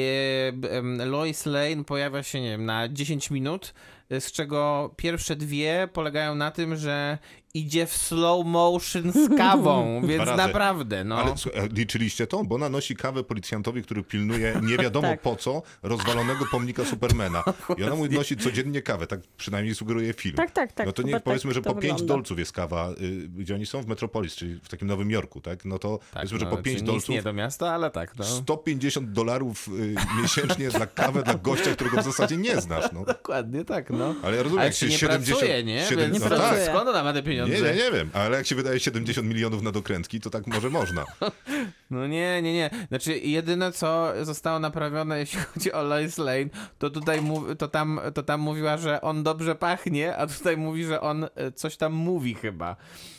Lois Lane pojawia się, nie wiem, na 10 minut, z czego pierwsze 2 polegają na tym, że idzie w slow motion z kawą, więc razy. naprawdę, no. Ale liczyliście to? Bo ona nosi kawę policjantowi, który pilnuje nie wiadomo Tak. po co rozwalonego pomnika Supermana. I ona mu nosi codziennie kawę, tak przynajmniej sugeruje film. Tak. No to Chyba nie powiedzmy, tak że to po 5 wygląda. dolców jest kawa, gdzie oni są w Metropolis, czyli w takim Nowym Jorku, tak? No to powiedzmy, że po 5 czyli dolców nie do miasta, ale tak, no. $150 miesięcznie za kawę dla gościa, którego w zasadzie nie znasz. No. Dokładnie tak, no. Ale ja rozumiem, Ale jak się nie 70... pracuje, nie? siedem- Więc no Nie tak. pracuje. skąd ona ma te pieniądze? Nie wiem, ale jak się wydaje 70 milionów na dokrętki, to tak może można. No nie. Znaczy jedyne co zostało naprawione, jeśli chodzi o Lois Lane, to tutaj to tam mówiła, że on dobrze pachnie, a tutaj mówi, że on coś tam mówi chyba.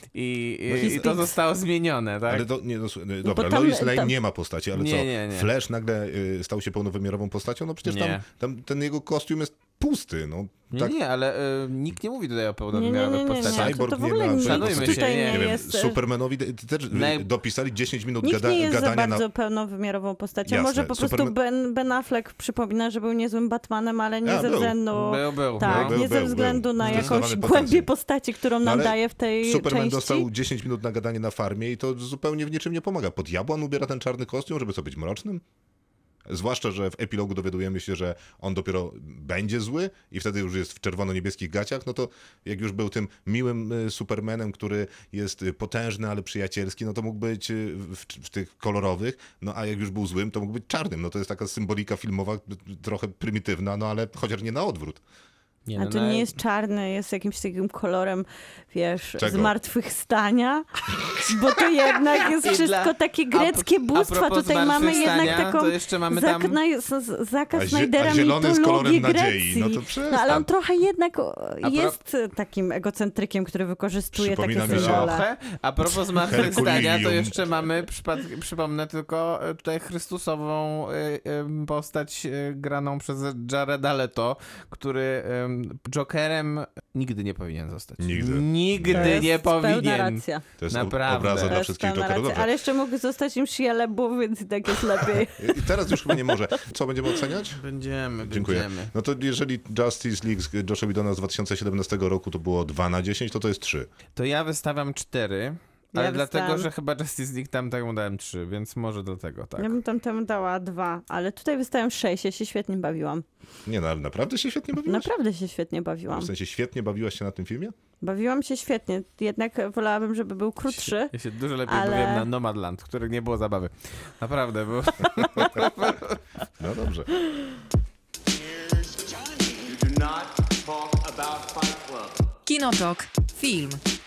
I to zostało zmienione, tak? Ale dobra, bo tam- Lois Lane tam- nie ma postaci, ale Nie, co? nie. Flash nagle stał się pełnowymiarową postacią? No przecież Nie. tam ten jego kostium jest pusty, no. Tak, Nie, ale nikt nie mówi tutaj o pełnowymiarowej postaci. Cyborg to w nie ogóle ma nikt Szanujmy się, tutaj nie nie nie wiem, jest... Supermanowi też Naj- dopisali 10 minut Nikt nie jest za gadania bardzo na... pełnowymiarową postacią. Jasne, Może po prostu Superman- Ben Affleck przypomina, że był niezłym Batmanem, ale nie ze był. względu... Był. Tak, Był, nie ze był. względu na Zdecydowany jakąś potencjał. głębię postaci, którą nam ale daje w tej Superman części. dostał 10 minut na gadanie na farmie i to zupełnie w niczym nie pomaga. Po diabła on ubiera ten czarny kostium, żeby co być mrocznym? Zwłaszcza, że w epilogu dowiadujemy się, że on dopiero będzie zły i wtedy już jest w czerwono-niebieskich gaciach, no to jak już był tym miłym Supermanem, który jest potężny, ale przyjacielski, no to mógł być w tych kolorowych, no a jak już był złym, to mógł być czarnym. No to jest taka symbolika filmowa, trochę prymitywna, no ale chociaż nie na odwrót. Nie, A no, to no, nie jest czarny, jest jakimś takim kolorem, wiesz, Czego? zmartwychwstania, bo to jednak jest I wszystko dla- takie greckie bóstwa. propos Tutaj mamy jednak zmartwychwstania, taką to jeszcze mamy tam... Zaka A Snydera zielony jest kolorem mitologię nadziei. Grecji. No to przestań. No ale on trochę jednak pro- jest takim egocentrykiem, który wykorzystuje takie Przypomina mi, że- symbole. Trochę. A propos zmartwychwstania, to Herkulium. jeszcze mamy, przypomnę tylko tutaj Chrystusową postać graną przez Jareda Leto, który Jokerem nigdy nie powinien zostać. Nigdy. Nigdy To jest nie pełna powinien. racja. To jest Naprawdę. obraza To dla jest wszystkich pełna Jokerów. racja. Dobrze. Ale jeszcze mógł zostać im Shia LaBeouf, więc i tak jest lepiej. I teraz już chyba nie może. Co będziemy oceniać? Będziemy. Dziękuję. No to jeżeli Justice League z Josha Whedona z 2017 roku to było 2/10, to jest 3. To ja wystawiam 4. Ale Ja dlatego, wystawiam- że chyba Justice League tam temu dałem 3, więc może dlatego, tak. Ja bym tam dała 2, ale tutaj wystawiam 6. Ja się świetnie bawiłam. Nie no, ale naprawdę się świetnie bawiłaś? Naprawdę się świetnie bawiłam. W sensie świetnie bawiłaś się na tym filmie? Bawiłam się świetnie. Jednak wolałabym, żeby był krótszy. Ja się dużo lepiej Ale- bawiłem na Nomadland, w którym nie było zabawy. Naprawdę, bo... No dobrze. Kinotok. Film.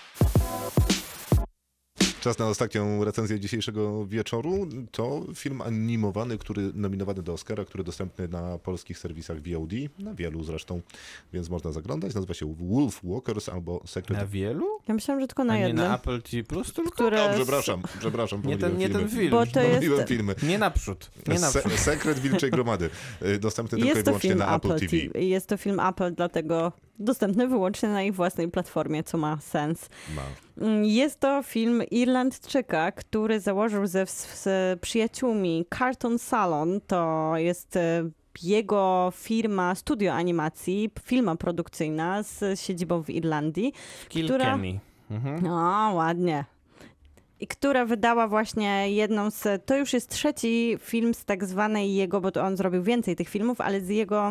Czas na ostatnią recenzję dzisiejszego wieczoru. To film animowany, który nominowany do Oscara, który dostępny na polskich serwisach VOD, na wielu zresztą, więc można zaglądać. Nazywa się Wolf Walkers albo Secret... Na wielu? Ja myślałam, że tylko na A nie jednym. na Apple TV Plus tylko? Które... O, przepraszam, Nie pomyliłem ten film. Bo to Pomyliłem jest... filmy. Nie naprzód. Nie naprzód. Sekret Wilczej Gromady. Dostępny tylko i Jest to wyłącznie film na Apple TV. Jest to film Apple, dlatego dostępny wyłącznie na ich własnej platformie, co ma sens. Jest to film Irlandczyka, który założył z przyjaciółmi Cartoon Salon. To jest jego firma, studio animacji, firma produkcyjna z siedzibą w Irlandii. Kilkenny. O, ładnie. I która wydała właśnie jedną z... To już jest trzeci film z tak zwanej jego, bo to on zrobił więcej tych filmów, ale z jego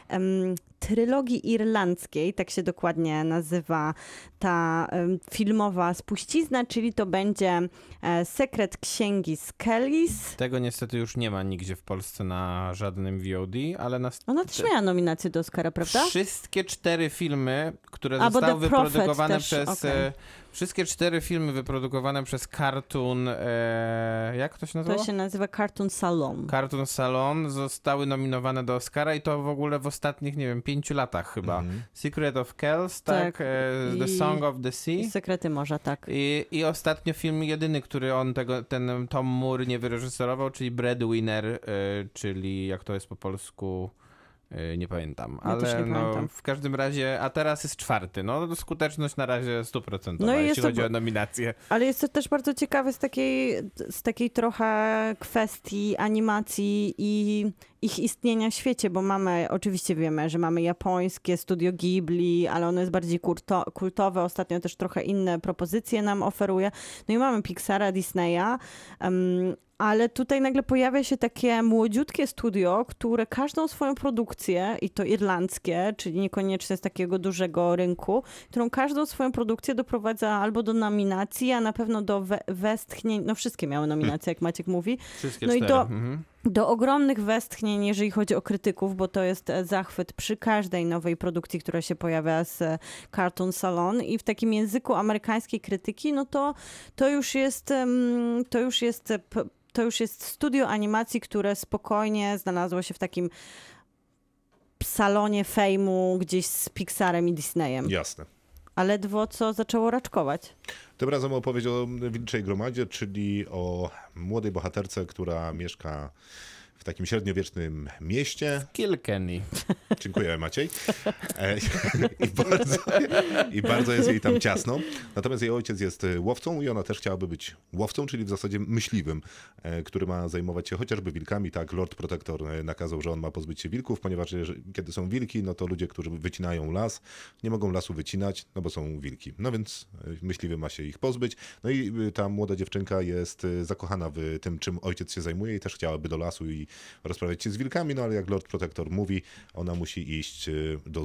trylogii irlandzkiej, tak się dokładnie nazywa ta filmowa spuścizna, czyli to będzie Sekret Księgi Skellies. Tego niestety już nie ma nigdzie w Polsce na żadnym VOD, ale na... Ona też miała nominację do Oscara, prawda? Wszystkie 4 filmy, które A, bo zostały The Prophet wyprodukowane też, przez... okej. Wszystkie 4 filmy wyprodukowane przez Cartoon... jak to się nazywa? To się nazywa Cartoon Salon. Cartoon Salon zostały nominowane do Oscara i to w ogóle w ostatnich, nie wiem, 5 latach chyba. Secret of Kells, tak? The Song of the Sea. I Sekrety Morza, tak. I ostatnio film jedyny, który on ten Tom Moore nie wyreżyserował, czyli Breadwinner, czyli jak to jest po polsku... Nie pamiętam, Ja też ale nie pamiętam. w każdym razie, a teraz jest 4. No skuteczność na razie 100%, No i jest jeśli to chodzi o nominację. Ale jest to też bardzo ciekawe z takiej trochę kwestii animacji i ich istnienia w świecie, bo mamy, oczywiście wiemy, że mamy japońskie studio Ghibli, ale ono jest bardziej kultowe, ostatnio też trochę inne propozycje nam oferuje. No i mamy Pixara, Disneya, ale tutaj nagle pojawia się takie młodziutkie studio, które każdą swoją produkcję, i to irlandzkie, czyli niekoniecznie z takiego dużego rynku, którą każdą swoją produkcję doprowadza albo do nominacji, a na pewno do westchnień, no wszystkie miały nominacje, jak Maciek mówi. Wszystkie No 4. i do ogromnych westchnień, jeżeli chodzi o krytyków, bo to jest zachwyt przy każdej nowej produkcji, która się pojawia z Cartoon Salon i w takim języku amerykańskiej krytyki, no to już jest studio animacji, które spokojnie znalazło się w takim salonie fejmu gdzieś z Pixarem i Disneyem. Jasne. A ledwo co zaczęło raczkować. Tym razem opowieść o Wilczej Gromadzie, czyli o młodej bohaterce, która mieszka w takim średniowiecznym mieście. Kilkenny. Dziękuję, Maciej. I bardzo jest jej tam ciasno. Natomiast jej ojciec jest łowcą i ona też chciałaby być łowcą, czyli w zasadzie myśliwym, który ma zajmować się chociażby wilkami. Tak, Lord Protector nakazał, że on ma pozbyć się wilków, ponieważ kiedy są wilki, no to ludzie, którzy wycinają las, nie mogą lasu wycinać, no bo są wilki. No więc myśliwy ma się ich pozbyć. No i ta młoda dziewczynka jest zakochana w tym, czym ojciec się zajmuje i też chciałaby do lasu i rozprawiać się z wilkami, no ale jak Lord Protector mówi, ona musi iść do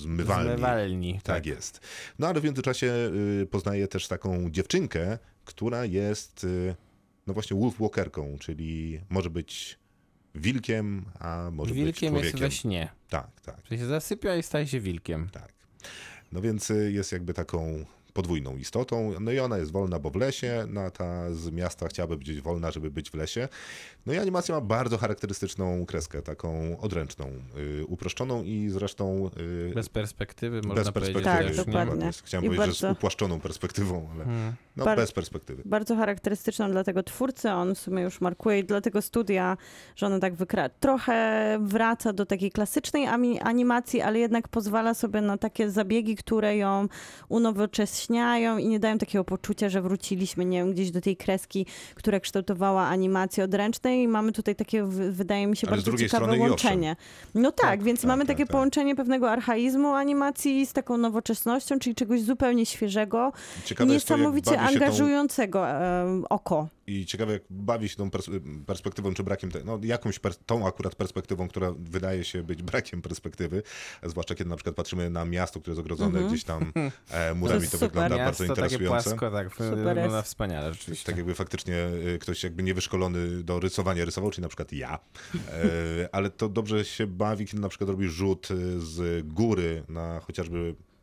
zmywalni. Tak jest. No ale w międzyczasie poznaje też taką dziewczynkę, która jest no właśnie wolf walkerką, czyli może być wilkiem, a może być człowiekiem. Wilkiem jest we śnie. Tak. Czyli się zasypia i staje się wilkiem. Tak. No więc jest jakby taką podwójną istotą. No i ona jest wolna, bo w lesie, no a ta z miasta chciałaby być wolna, żeby być w lesie. No i animacja ma bardzo charakterystyczną kreskę, taką odręczną, uproszczoną i zresztą... bez perspektywy, można bez powiedzieć. perspektywy. Tak, dokładnie. Chciałem I powiedzieć, bardzo... że z upłaszczoną perspektywą, ale bez perspektywy. Bardzo charakterystyczną dla tego twórcy, on w sumie już markuje i dla tego studia, że ona tak trochę wraca do takiej klasycznej animacji, ale jednak pozwala sobie na takie zabiegi, które ją unowocześniają i nie dają takiego poczucia, że wróciliśmy, nie wiem, gdzieś do tej kreski, która kształtowała animację odręcznej i mamy tutaj takie, wydaje mi się, ale bardzo ciekawe łączenie. No tak, więc mamy takie połączenie pewnego archaizmu animacji z taką nowoczesnością, czyli czegoś zupełnie świeżego i niesamowicie angażującego oko. I ciekawe, jak bawi się tą perspektywą, czy brakiem, jakąś tą akurat perspektywą, która wydaje się być brakiem perspektywy, zwłaszcza kiedy na przykład patrzymy na miasto, które jest ogrodzone gdzieś tam murami, to wygląda miasto, bardzo interesujące. Takie płasko, tak, wygląda wspaniale rzeczywiście. Tak jakby faktycznie ktoś jakby niewyszkolony do rysowania rysował, czyli na przykład ja, ale to dobrze się bawi, kiedy na przykład robi rzut z góry na chociażby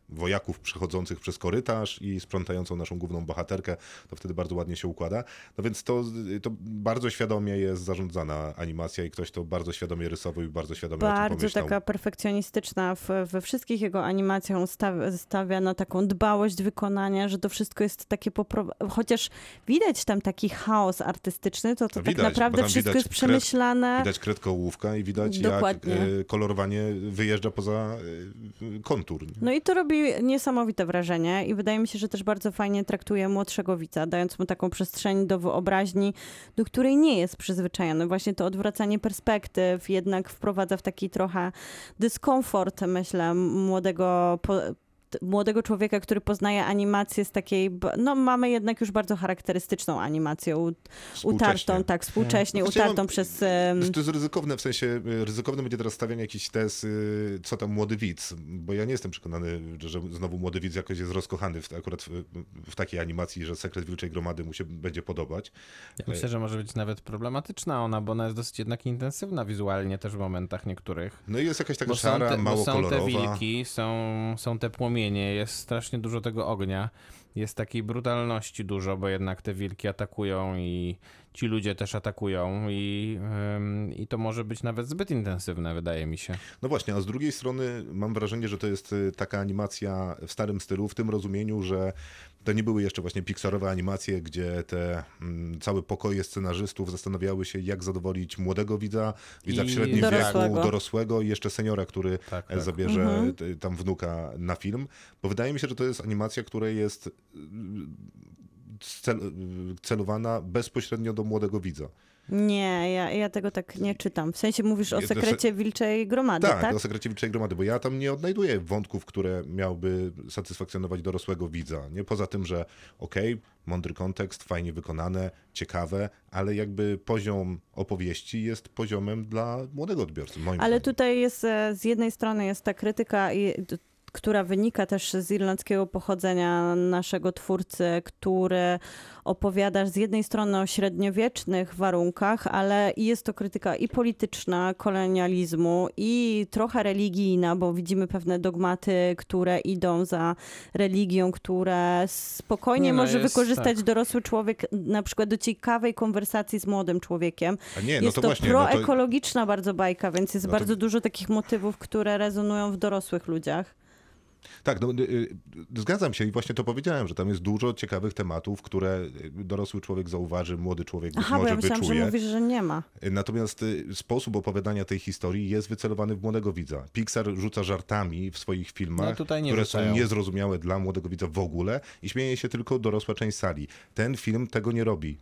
wojaków przechodzących przez korytarz i sprzątającą naszą główną bohaterkę, to wtedy bardzo ładnie się układa. No więc to bardzo świadomie jest zarządzana animacja i ktoś to bardzo świadomie rysował i bardzo świadomie o tym Bardzo pomyślał. taka perfekcjonistyczna we wszystkich jego animacjach stawia na taką dbałość wykonania, że to wszystko jest takie chociaż widać tam taki chaos artystyczny, to Widać, tak naprawdę bo tam wszystko widać jest przemyślane. Widać kredkę ołówka i widać Dokładnie. jak kolorowanie wyjeżdża poza kontur. No i to robi niesamowite wrażenie i wydaje mi się, że też bardzo fajnie traktuje młodszego widza, dając mu taką przestrzeń do wyobraźni, do której nie jest przyzwyczajony. Właśnie to odwracanie perspektyw jednak wprowadza w taki trochę dyskomfort, myślę, młodego człowieka, który poznaje animację z takiej, no mamy jednak już bardzo charakterystyczną animację, utartą, tak, współcześnie, utartą przez... To jest ryzykowne, w sensie ryzykowne będzie teraz stawianie jakichś tez, co tam młody widz, bo ja nie jestem przekonany, że znowu młody widz jakoś jest rozkochany akurat w takiej animacji, że Sekret Wilczej Gromady mu się będzie podobać. Ja myślę, że może być nawet problematyczna ona, bo ona jest dosyć jednak intensywna wizualnie też w momentach niektórych. No i jest jakaś taka Bo szara, mało są kolorowa. te wilki, są te płomienie, jest strasznie dużo tego ognia, jest takiej brutalności dużo, bo jednak te wilki atakują i ci ludzie też atakują i to może być nawet zbyt intensywne, wydaje mi się. No właśnie, a z drugiej strony mam wrażenie, że to jest taka animacja w starym stylu, w tym rozumieniu, że to nie były jeszcze właśnie pixarowe animacje, gdzie te całe pokoje scenarzystów zastanawiały się, jak zadowolić młodego widza w średnim wieku, dorosłego i jeszcze seniora, który zabierze tam wnuka na film. Bo wydaje mi się, że to jest animacja, która jest celowana bezpośrednio do młodego widza. Nie, ja tego tak nie czytam. W sensie mówisz o Sekrecie Wilczej Gromady, tak? Tak, o Sekrecie Wilczej Gromady, bo ja tam nie odnajduję wątków, które miałby satysfakcjonować dorosłego widza. Nie poza tym, że mądry kontekst, fajnie wykonane, ciekawe, ale jakby poziom opowieści jest poziomem dla młodego odbiorcy. Ale tutaj jest, z jednej strony jest ta krytyka która wynika też z irlandzkiego pochodzenia naszego twórcy, który opowiada z jednej strony o średniowiecznych warunkach, ale jest to krytyka i polityczna, kolonializmu, i trochę religijna, bo widzimy pewne dogmaty, które idą za religią, które spokojnie może wykorzystać dorosły człowiek na przykład do ciekawej konwersacji z młodym człowiekiem. Jest to proekologiczna bardzo bajka, więc jest bardzo dużo takich motywów, które rezonują w dorosłych ludziach. Tak, zgadzam się i właśnie to powiedziałem, że tam jest dużo ciekawych tematów, które dorosły człowiek zauważy, młody człowiek być może bo ja myślałam, wyczuje. że mówisz, że nie ma. Natomiast sposób opowiadania tej historii jest wycelowany w młodego widza. Pixar rzuca żartami w swoich filmach, które są niezrozumiałe dla młodego widza w ogóle i śmieje się tylko dorosła część sali. Ten film tego nie robi.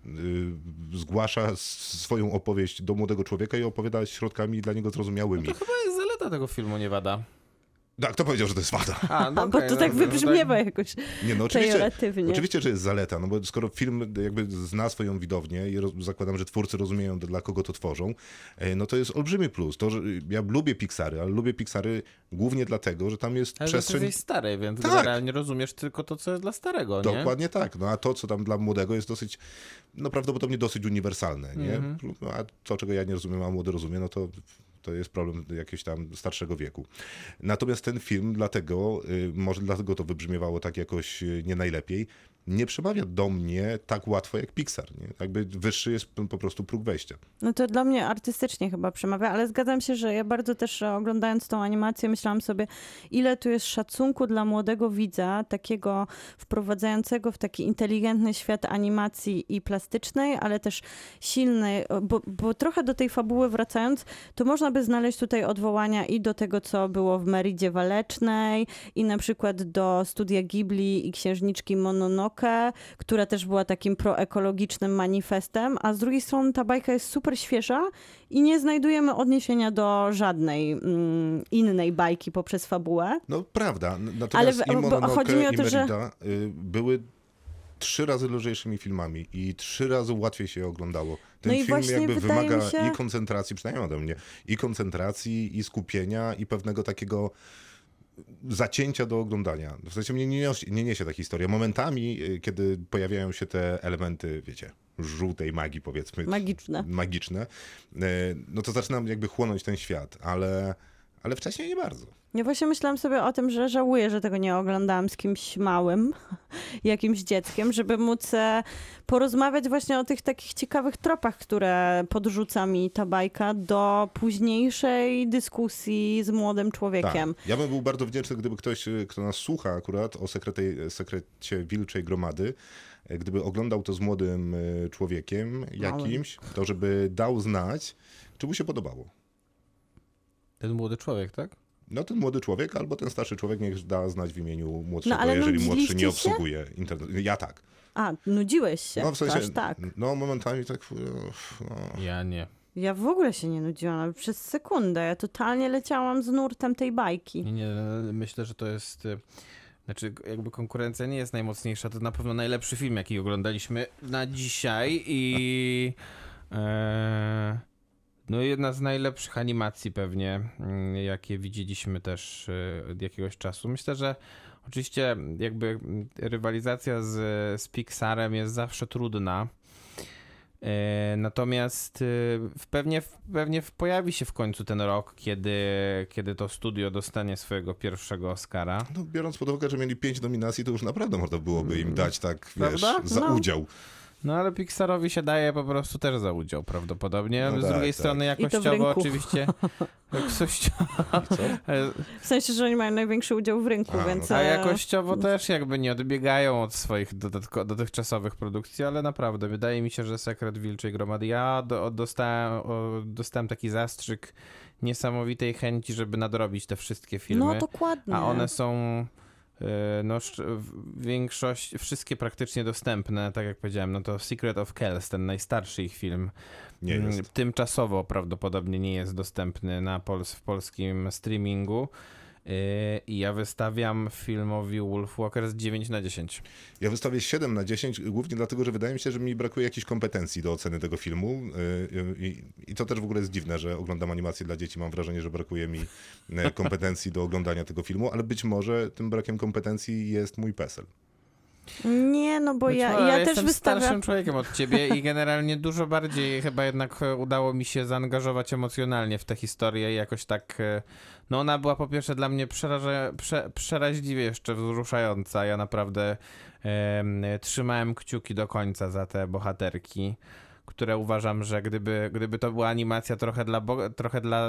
Zgłasza swoją opowieść do młodego człowieka i opowiada środkami dla niego zrozumiałymi. No to chyba jest zaleta tego filmu, nie wada. Tak, kto powiedział, że to jest wada? Bo to tak wybrzmiewa jakoś pejoratywnie. Oczywiście, że jest zaleta, no bo skoro film jakby zna swoją widownię i zakładam, że twórcy rozumieją, dla kogo to tworzą, no to jest olbrzymi plus. To, że ja lubię Pixary, ale lubię Pixary głównie dlatego, że tam jest przestrzeń... Ale to jest stary, więc generalnie rozumiesz tylko to, co jest dla starego, nie? Dokładnie tak. No a to, co tam dla młodego jest dosyć, no prawdopodobnie dosyć uniwersalne, nie? No, a to, czego ja nie rozumiem, a młody rozumie, no to jest problem jakiegoś tam starszego wieku. Natomiast ten film może dlatego to wybrzmiewało tak jakoś nie najlepiej, nie przemawia do mnie tak łatwo jak Pixar. Nie? Jakby wyższy jest po prostu próg wejścia. No to dla mnie artystycznie chyba przemawia, ale zgadzam się, że ja bardzo też oglądając tą animację myślałam sobie, ile tu jest szacunku dla młodego widza, takiego wprowadzającego w taki inteligentny świat animacji i plastycznej, ale też silnej, bo trochę do tej fabuły wracając, to można by znaleźć tutaj odwołania i do tego, co było w Meridzie Walecznej i na przykład do Studia Ghibli i Księżniczki Mononoke, która też była takim proekologicznym manifestem, a z drugiej strony ta bajka jest super świeża i nie znajdujemy odniesienia do żadnej innej bajki poprzez fabułę. No prawda, natomiast i Mononoke i Merida były 3 razy lżejszymi filmami i 3 razy łatwiej się je oglądało. Ten film jakby wymaga i koncentracji, przynajmniej ode mnie, i koncentracji, i skupienia, i pewnego takiego zacięcia do oglądania. W sensie mnie nie niesie ta historia. Momentami, kiedy pojawiają się te elementy, wiecie, żółtej magii, powiedzmy. Magiczne. No to zaczynam jakby chłonąć ten świat, ale wcześniej nie bardzo. Ja właśnie myślałam sobie o tym, że żałuję, że tego nie oglądałam z kimś małym, jakimś dzieckiem, żeby móc porozmawiać właśnie o tych takich ciekawych tropach, które podrzuca mi ta bajka do późniejszej dyskusji z młodym człowiekiem. Tak. Ja bym był bardzo wdzięczny, gdyby ktoś, kto nas słucha akurat o sekrecie Wilczej Gromady, gdyby oglądał to z młodym człowiekiem jakimś, to żeby dał znać, czy mu się podobało. Ten młody człowiek, tak? No ten młody człowiek albo ten starszy człowiek niech da znać w imieniu młodszego, ale jeżeli młodszy nudziliście nie się? obsługuje internetu. Ja tak. A, nudziłeś się. No w sensie, Aż tak. no momentami tak... No. Ja nie. Ja w ogóle się nie nudziłam, ale przez sekundę. Ja totalnie leciałam z nurtem tej bajki. Nie, myślę, że to jest... Znaczy, jakby konkurencja nie jest najmocniejsza, to na pewno najlepszy film, jaki oglądaliśmy na dzisiaj i... No jedna z najlepszych animacji pewnie, jakie widzieliśmy też od jakiegoś czasu. Myślę, że oczywiście jakby rywalizacja z Pixarem jest zawsze trudna. Natomiast pewnie pojawi się w końcu ten rok, kiedy to studio dostanie swojego pierwszego Oscara. No, biorąc pod uwagę, że mieli 5 nominacji, to już naprawdę można byłoby im dać tak, wiesz, Prawda? za udział. No ale Pixarowi się daje po prostu też za udział prawdopodobnie. No z tak, drugiej tak. strony I to w jakościowo rynku. oczywiście. W sensie, że oni mają największy udział w rynku, A, więc... no A jakościowo też jakby nie odbiegają od swoich dotychczasowych produkcji, ale naprawdę wydaje mi się, że Sekret Wilczej Gromady, ja dostałem taki zastrzyk niesamowitej chęci, żeby nadrobić te wszystkie filmy. No dokładnie. A one są no, większość, wszystkie praktycznie dostępne, tak jak powiedziałem, no to Secret of Kells, ten najstarszy ich film, Nie jest. tymczasowo prawdopodobnie nie jest dostępny w polskim streamingu. I ja wystawiam filmowi Wolfwalkers 9/10. Ja wystawię 7/10, głównie dlatego, że wydaje mi się, że mi brakuje jakichś kompetencji do oceny tego filmu. I to też w ogóle jest dziwne, że oglądam animację dla dzieci. Mam wrażenie, że brakuje mi kompetencji do oglądania tego filmu, ale być może tym brakiem kompetencji jest mój PESEL. Nie, no bo ja też jestem wystawiam... starszym człowiekiem od ciebie i generalnie dużo bardziej chyba jednak udało mi się zaangażować emocjonalnie w tę historię i jakoś tak, no ona była po pierwsze dla mnie przeraźliwie jeszcze wzruszająca. Ja naprawdę trzymałem kciuki do końca za te bohaterki, które uważam, że gdyby to była animacja trochę dla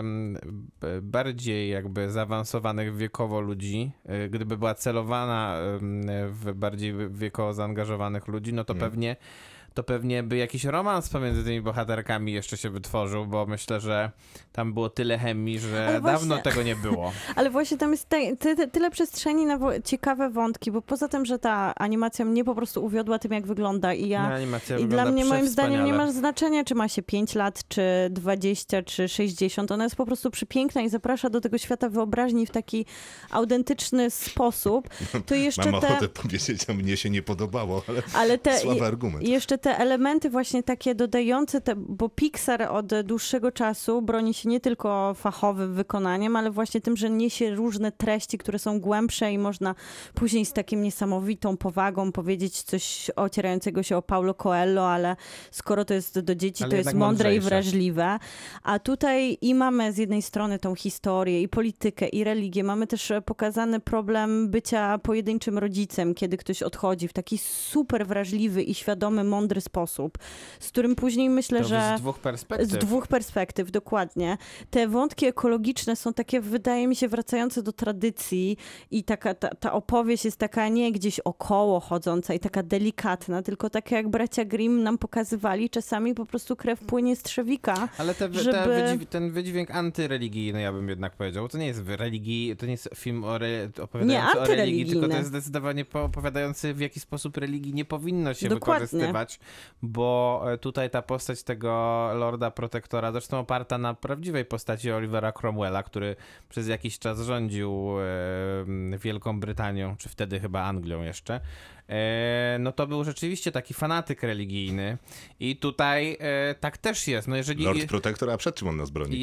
bardziej jakby zaawansowanych wiekowo ludzi, gdyby była celowana w bardziej wiekowo zaangażowanych ludzi, no to pewnie by jakiś romans pomiędzy tymi bohaterkami jeszcze się wytworzył, bo myślę, że tam było tyle chemii, że dawno tego nie było. Ale właśnie tam jest tyle przestrzeni na ciekawe wątki, bo poza tym, że ta animacja mnie po prostu uwiodła tym, jak wygląda i dla mnie moim zdaniem nie ma znaczenia, czy ma się 5 lat, czy 20, czy 60. Ona jest po prostu przepiękna i zaprasza do tego świata wyobraźni w taki autentyczny sposób. To jeszcze Mam ochotę powiedzieć, a mnie się nie podobało, ale słaby argument. Jeszcze te elementy właśnie takie dodające, bo Pixar od dłuższego czasu broni się nie tylko fachowym wykonaniem, ale właśnie tym, że niesie różne treści, które są głębsze i można później z takim niesamowitą powagą powiedzieć coś ocierającego się o Paulo Coelho, ale skoro to jest do dzieci, to jest mądre i wrażliwe. A tutaj i mamy z jednej strony tą historię i politykę i religię. Mamy też pokazany problem bycia pojedynczym rodzicem, kiedy ktoś odchodzi w taki super wrażliwy i świadomy, mądry sposób, z którym później myślę, że... Z dwóch perspektyw. Z dwóch perspektyw, dokładnie. Te wątki ekologiczne są takie, wydaje mi się, wracające do tradycji i ta opowieść jest taka nie gdzieś około chodząca i taka delikatna, tylko taka jak bracia Grimm nam pokazywali, czasami po prostu krew płynie z trzewika. Ale ten wydźwięk antyreligijny, ja bym jednak powiedział, to nie jest to nie jest film opowiadający o religii, tylko to jest zdecydowanie opowiadający, w jaki sposób religii nie powinno się wykorzystywać, bo tutaj ta postać tego Lorda Protektora, zresztą oparta na prawdziwej postaci Olivera Cromwella, który przez jakiś czas rządził Wielką Brytanią, czy wtedy chyba Anglią jeszcze, no to był rzeczywiście taki fanatyk religijny i tutaj tak też jest. No Lord Protector, a przed czym on nas broni?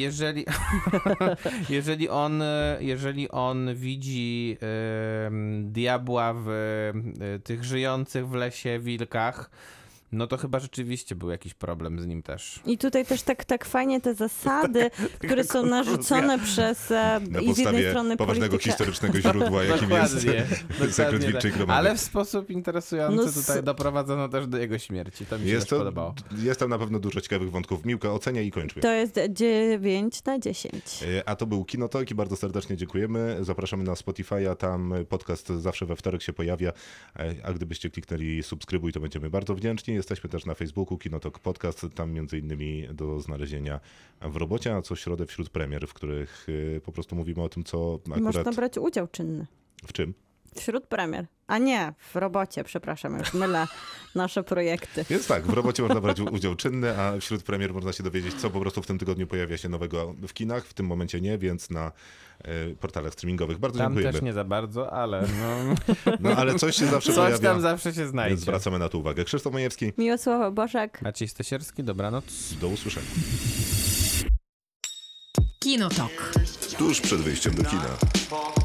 Jeżeli on widzi diabła w tych żyjących w lesie wilkach, no to chyba rzeczywiście był jakiś problem z nim też. I tutaj też tak fajnie te zasady, które są narzucone przez Na i z jednej podstawie strony poważnego politykę. historycznego źródła, jakim jest Sekret tak. Wilczej Gromady. Ale w sposób interesujący No tutaj doprowadzono też do jego śmierci. To mi się też podobało. Jest tam na pewno dużo ciekawych wątków. Miłka ocenia i kończmy. To jest 9/10. A to był Kinotok i bardzo serdecznie dziękujemy. Zapraszamy na Spotify'a, tam podcast zawsze we wtorek się pojawia, a gdybyście kliknęli subskrybuj, to będziemy bardzo wdzięczni. Jesteśmy też na Facebooku, Kinotok Podcast, tam między innymi do znalezienia w robocie, a co środę wśród premier, w których po prostu mówimy o tym, co akurat... Można brać udział czynny. W czym? Wśród premier. A nie, w robocie, przepraszam, już mylę nasze projekty. Więc tak, w robocie można brać udział czynny, a wśród premier można się dowiedzieć, co po prostu w tym tygodniu pojawia się nowego w kinach. W tym momencie nie, więc na portalach streamingowych. Bardzo Tam dziękujemy. też nie za bardzo, ale No ale coś się zawsze coś pojawia, tam zawsze się znajdzie. więc zwracamy na to uwagę. Krzysztof Majewski, Miłosława Bożek. Maciej Stasierski, dobranoc. do usłyszenia. Kinotok. Tuż przed wyjściem do kina.